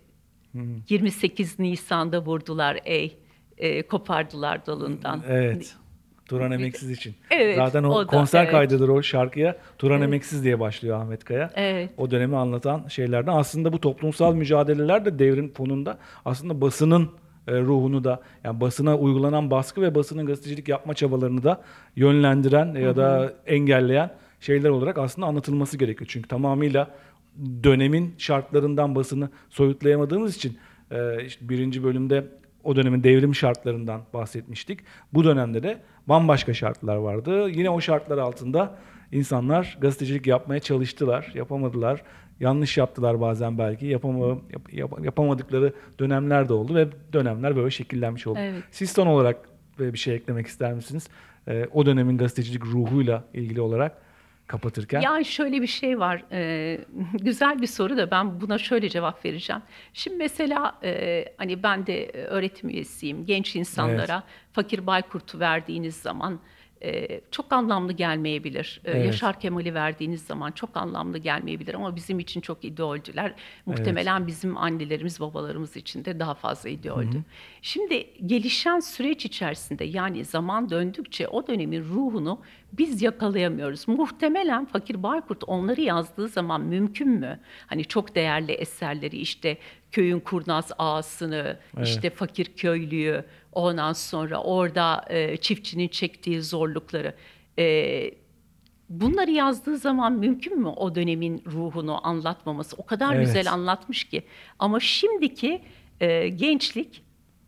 Speaker 2: yirmi sekiz Nisan'da vurdular ey, e, kopardılar dalından.
Speaker 1: Evet. Turan Emeksiz için.
Speaker 2: Evet,
Speaker 1: Zaten o,
Speaker 2: o da,
Speaker 1: konser
Speaker 2: evet.
Speaker 1: kaydıdır o şarkıya. Turan
Speaker 2: Evet.
Speaker 1: Emeksiz diye başlıyor Ahmet Kaya.
Speaker 2: Evet.
Speaker 1: O dönemi anlatan şeylerden. Aslında bu toplumsal mücadeleler de devrin fonunda aslında basının e, ruhunu da, yani basına uygulanan baskı ve basının gazetecilik yapma çabalarını da yönlendiren ya da engelleyen şeyler olarak aslında anlatılması gerekiyor. Çünkü tamamıyla dönemin şartlarından basını soyutlayamadığımız için e, işte birinci bölümde o dönemin devrim şartlarından bahsetmiştik. Bu dönemde de bambaşka şartlar vardı. Yine o şartlar altında insanlar gazetecilik yapmaya çalıştılar, yapamadılar. Yanlış yaptılar bazen belki. Yapama, yap, yap, yapamadıkları dönemler de oldu ve dönemler böyle şekillenmiş oldu.
Speaker 2: Evet.
Speaker 1: Siz son olarak bir şey eklemek ister misiniz? Ee, o dönemin gazetecilik ruhuyla ilgili olarak kapatırken.
Speaker 2: Yani şöyle bir şey var. Ee, güzel bir soru da ben buna şöyle cevap vereceğim. Şimdi mesela e, hani ben de öğretim üyesiyim. Genç insanlara Fakir Baykurt'u verdiğiniz zaman e, çok anlamlı gelmeyebilir. E,
Speaker 1: Evet.
Speaker 2: Yaşar Kemal'i verdiğiniz zaman çok anlamlı gelmeyebilir ama bizim için çok ideoldüler. Muhtemelen bizim annelerimiz, babalarımız için de daha fazla ideoldü. Şimdi gelişen süreç içerisinde, yani zaman döndükçe o dönemin ruhunu biz yakalayamıyoruz. Muhtemelen Fakir Baykurt onları yazdığı zaman mümkün mü? Hani çok değerli eserleri, işte köyün kurnaz ağasını,
Speaker 1: Evet.
Speaker 2: işte fakir köylüyü, ondan sonra orada e, çiftçinin çektiği zorlukları. E, bunları yazdığı zaman mümkün mü o dönemin ruhunu anlatmaması? O kadar
Speaker 1: Evet.
Speaker 2: güzel anlatmış ki. Ama şimdiki e, gençlik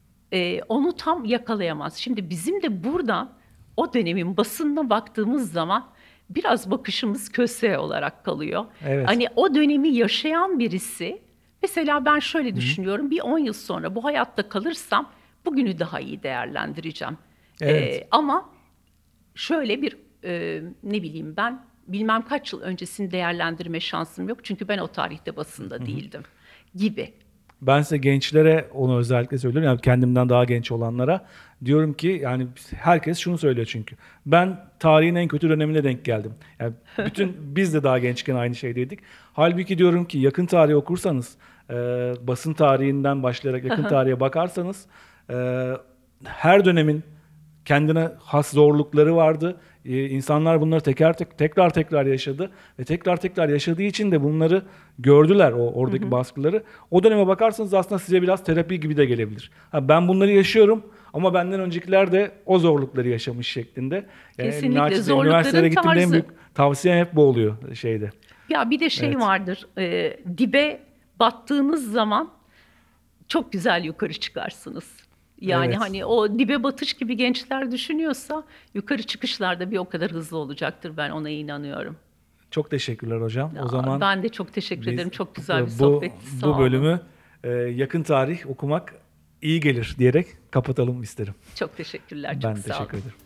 Speaker 2: e, onu tam yakalayamaz. Şimdi bizim de burada o dönemin basınına baktığımız zaman biraz bakışımız köse olarak kalıyor.
Speaker 1: Evet.
Speaker 2: Hani o dönemi yaşayan birisi, mesela ben şöyle düşünüyorum, bir on yıl sonra bu hayatta kalırsam bugünü daha iyi değerlendireceğim.
Speaker 1: Evet.
Speaker 2: E, ama şöyle bir e, ne bileyim ben bilmem kaç yıl öncesini değerlendirme şansım yok. Çünkü ben o tarihte basında değildim gibi.
Speaker 1: Ben size gençlere onu özellikle söylüyorum. Yani kendimden daha genç olanlara diyorum ki, yani herkes şunu söylüyor çünkü. Ben tarihin en kötü dönemine denk geldim. Yani bütün biz de daha gençken aynı şeydeydik. Halbuki diyorum ki yakın tarihi okursanız, e, basın tarihinden başlayarak yakın tarihe bakarsanız e, her dönemin kendine has zorlukları vardı. Ee, insanlar bunları teker tek, tekrar tekrar yaşadı ve tekrar tekrar yaşadığı için de bunları gördüler, o oradaki baskıları. O döneme bakarsanız aslında size biraz terapi gibi de gelebilir. Ha, ben bunları yaşıyorum ama benden öncekiler de o zorlukları yaşamış şeklinde. Yani
Speaker 2: Kesinlikle,
Speaker 1: naçizane
Speaker 2: zorlukların
Speaker 1: üniversitelere gittiğimde en
Speaker 2: tarzı.
Speaker 1: büyük tavsiyem hep bu oluyor şeyde.
Speaker 2: Ya bir de şey
Speaker 1: Evet.
Speaker 2: vardır, e, dibe battığınız zaman çok güzel yukarı çıkarsınız. Yani
Speaker 1: Evet.
Speaker 2: hani o dibe batış gibi gençler düşünüyorsa yukarı çıkışlar da bir o kadar hızlı olacaktır. Ben ona inanıyorum.
Speaker 1: Çok teşekkürler hocam. O
Speaker 2: Aa,
Speaker 1: zaman
Speaker 2: ben de çok teşekkür
Speaker 1: biz
Speaker 2: ederim. Çok güzel bir
Speaker 1: bu,
Speaker 2: sohbetti. Sağ
Speaker 1: bu
Speaker 2: olun.
Speaker 1: bölümü e, yakın tarih okumak iyi gelir diyerek kapatalım isterim.
Speaker 2: Çok teşekkürler. Çok
Speaker 1: Ben
Speaker 2: sağ olun.
Speaker 1: teşekkür ederim.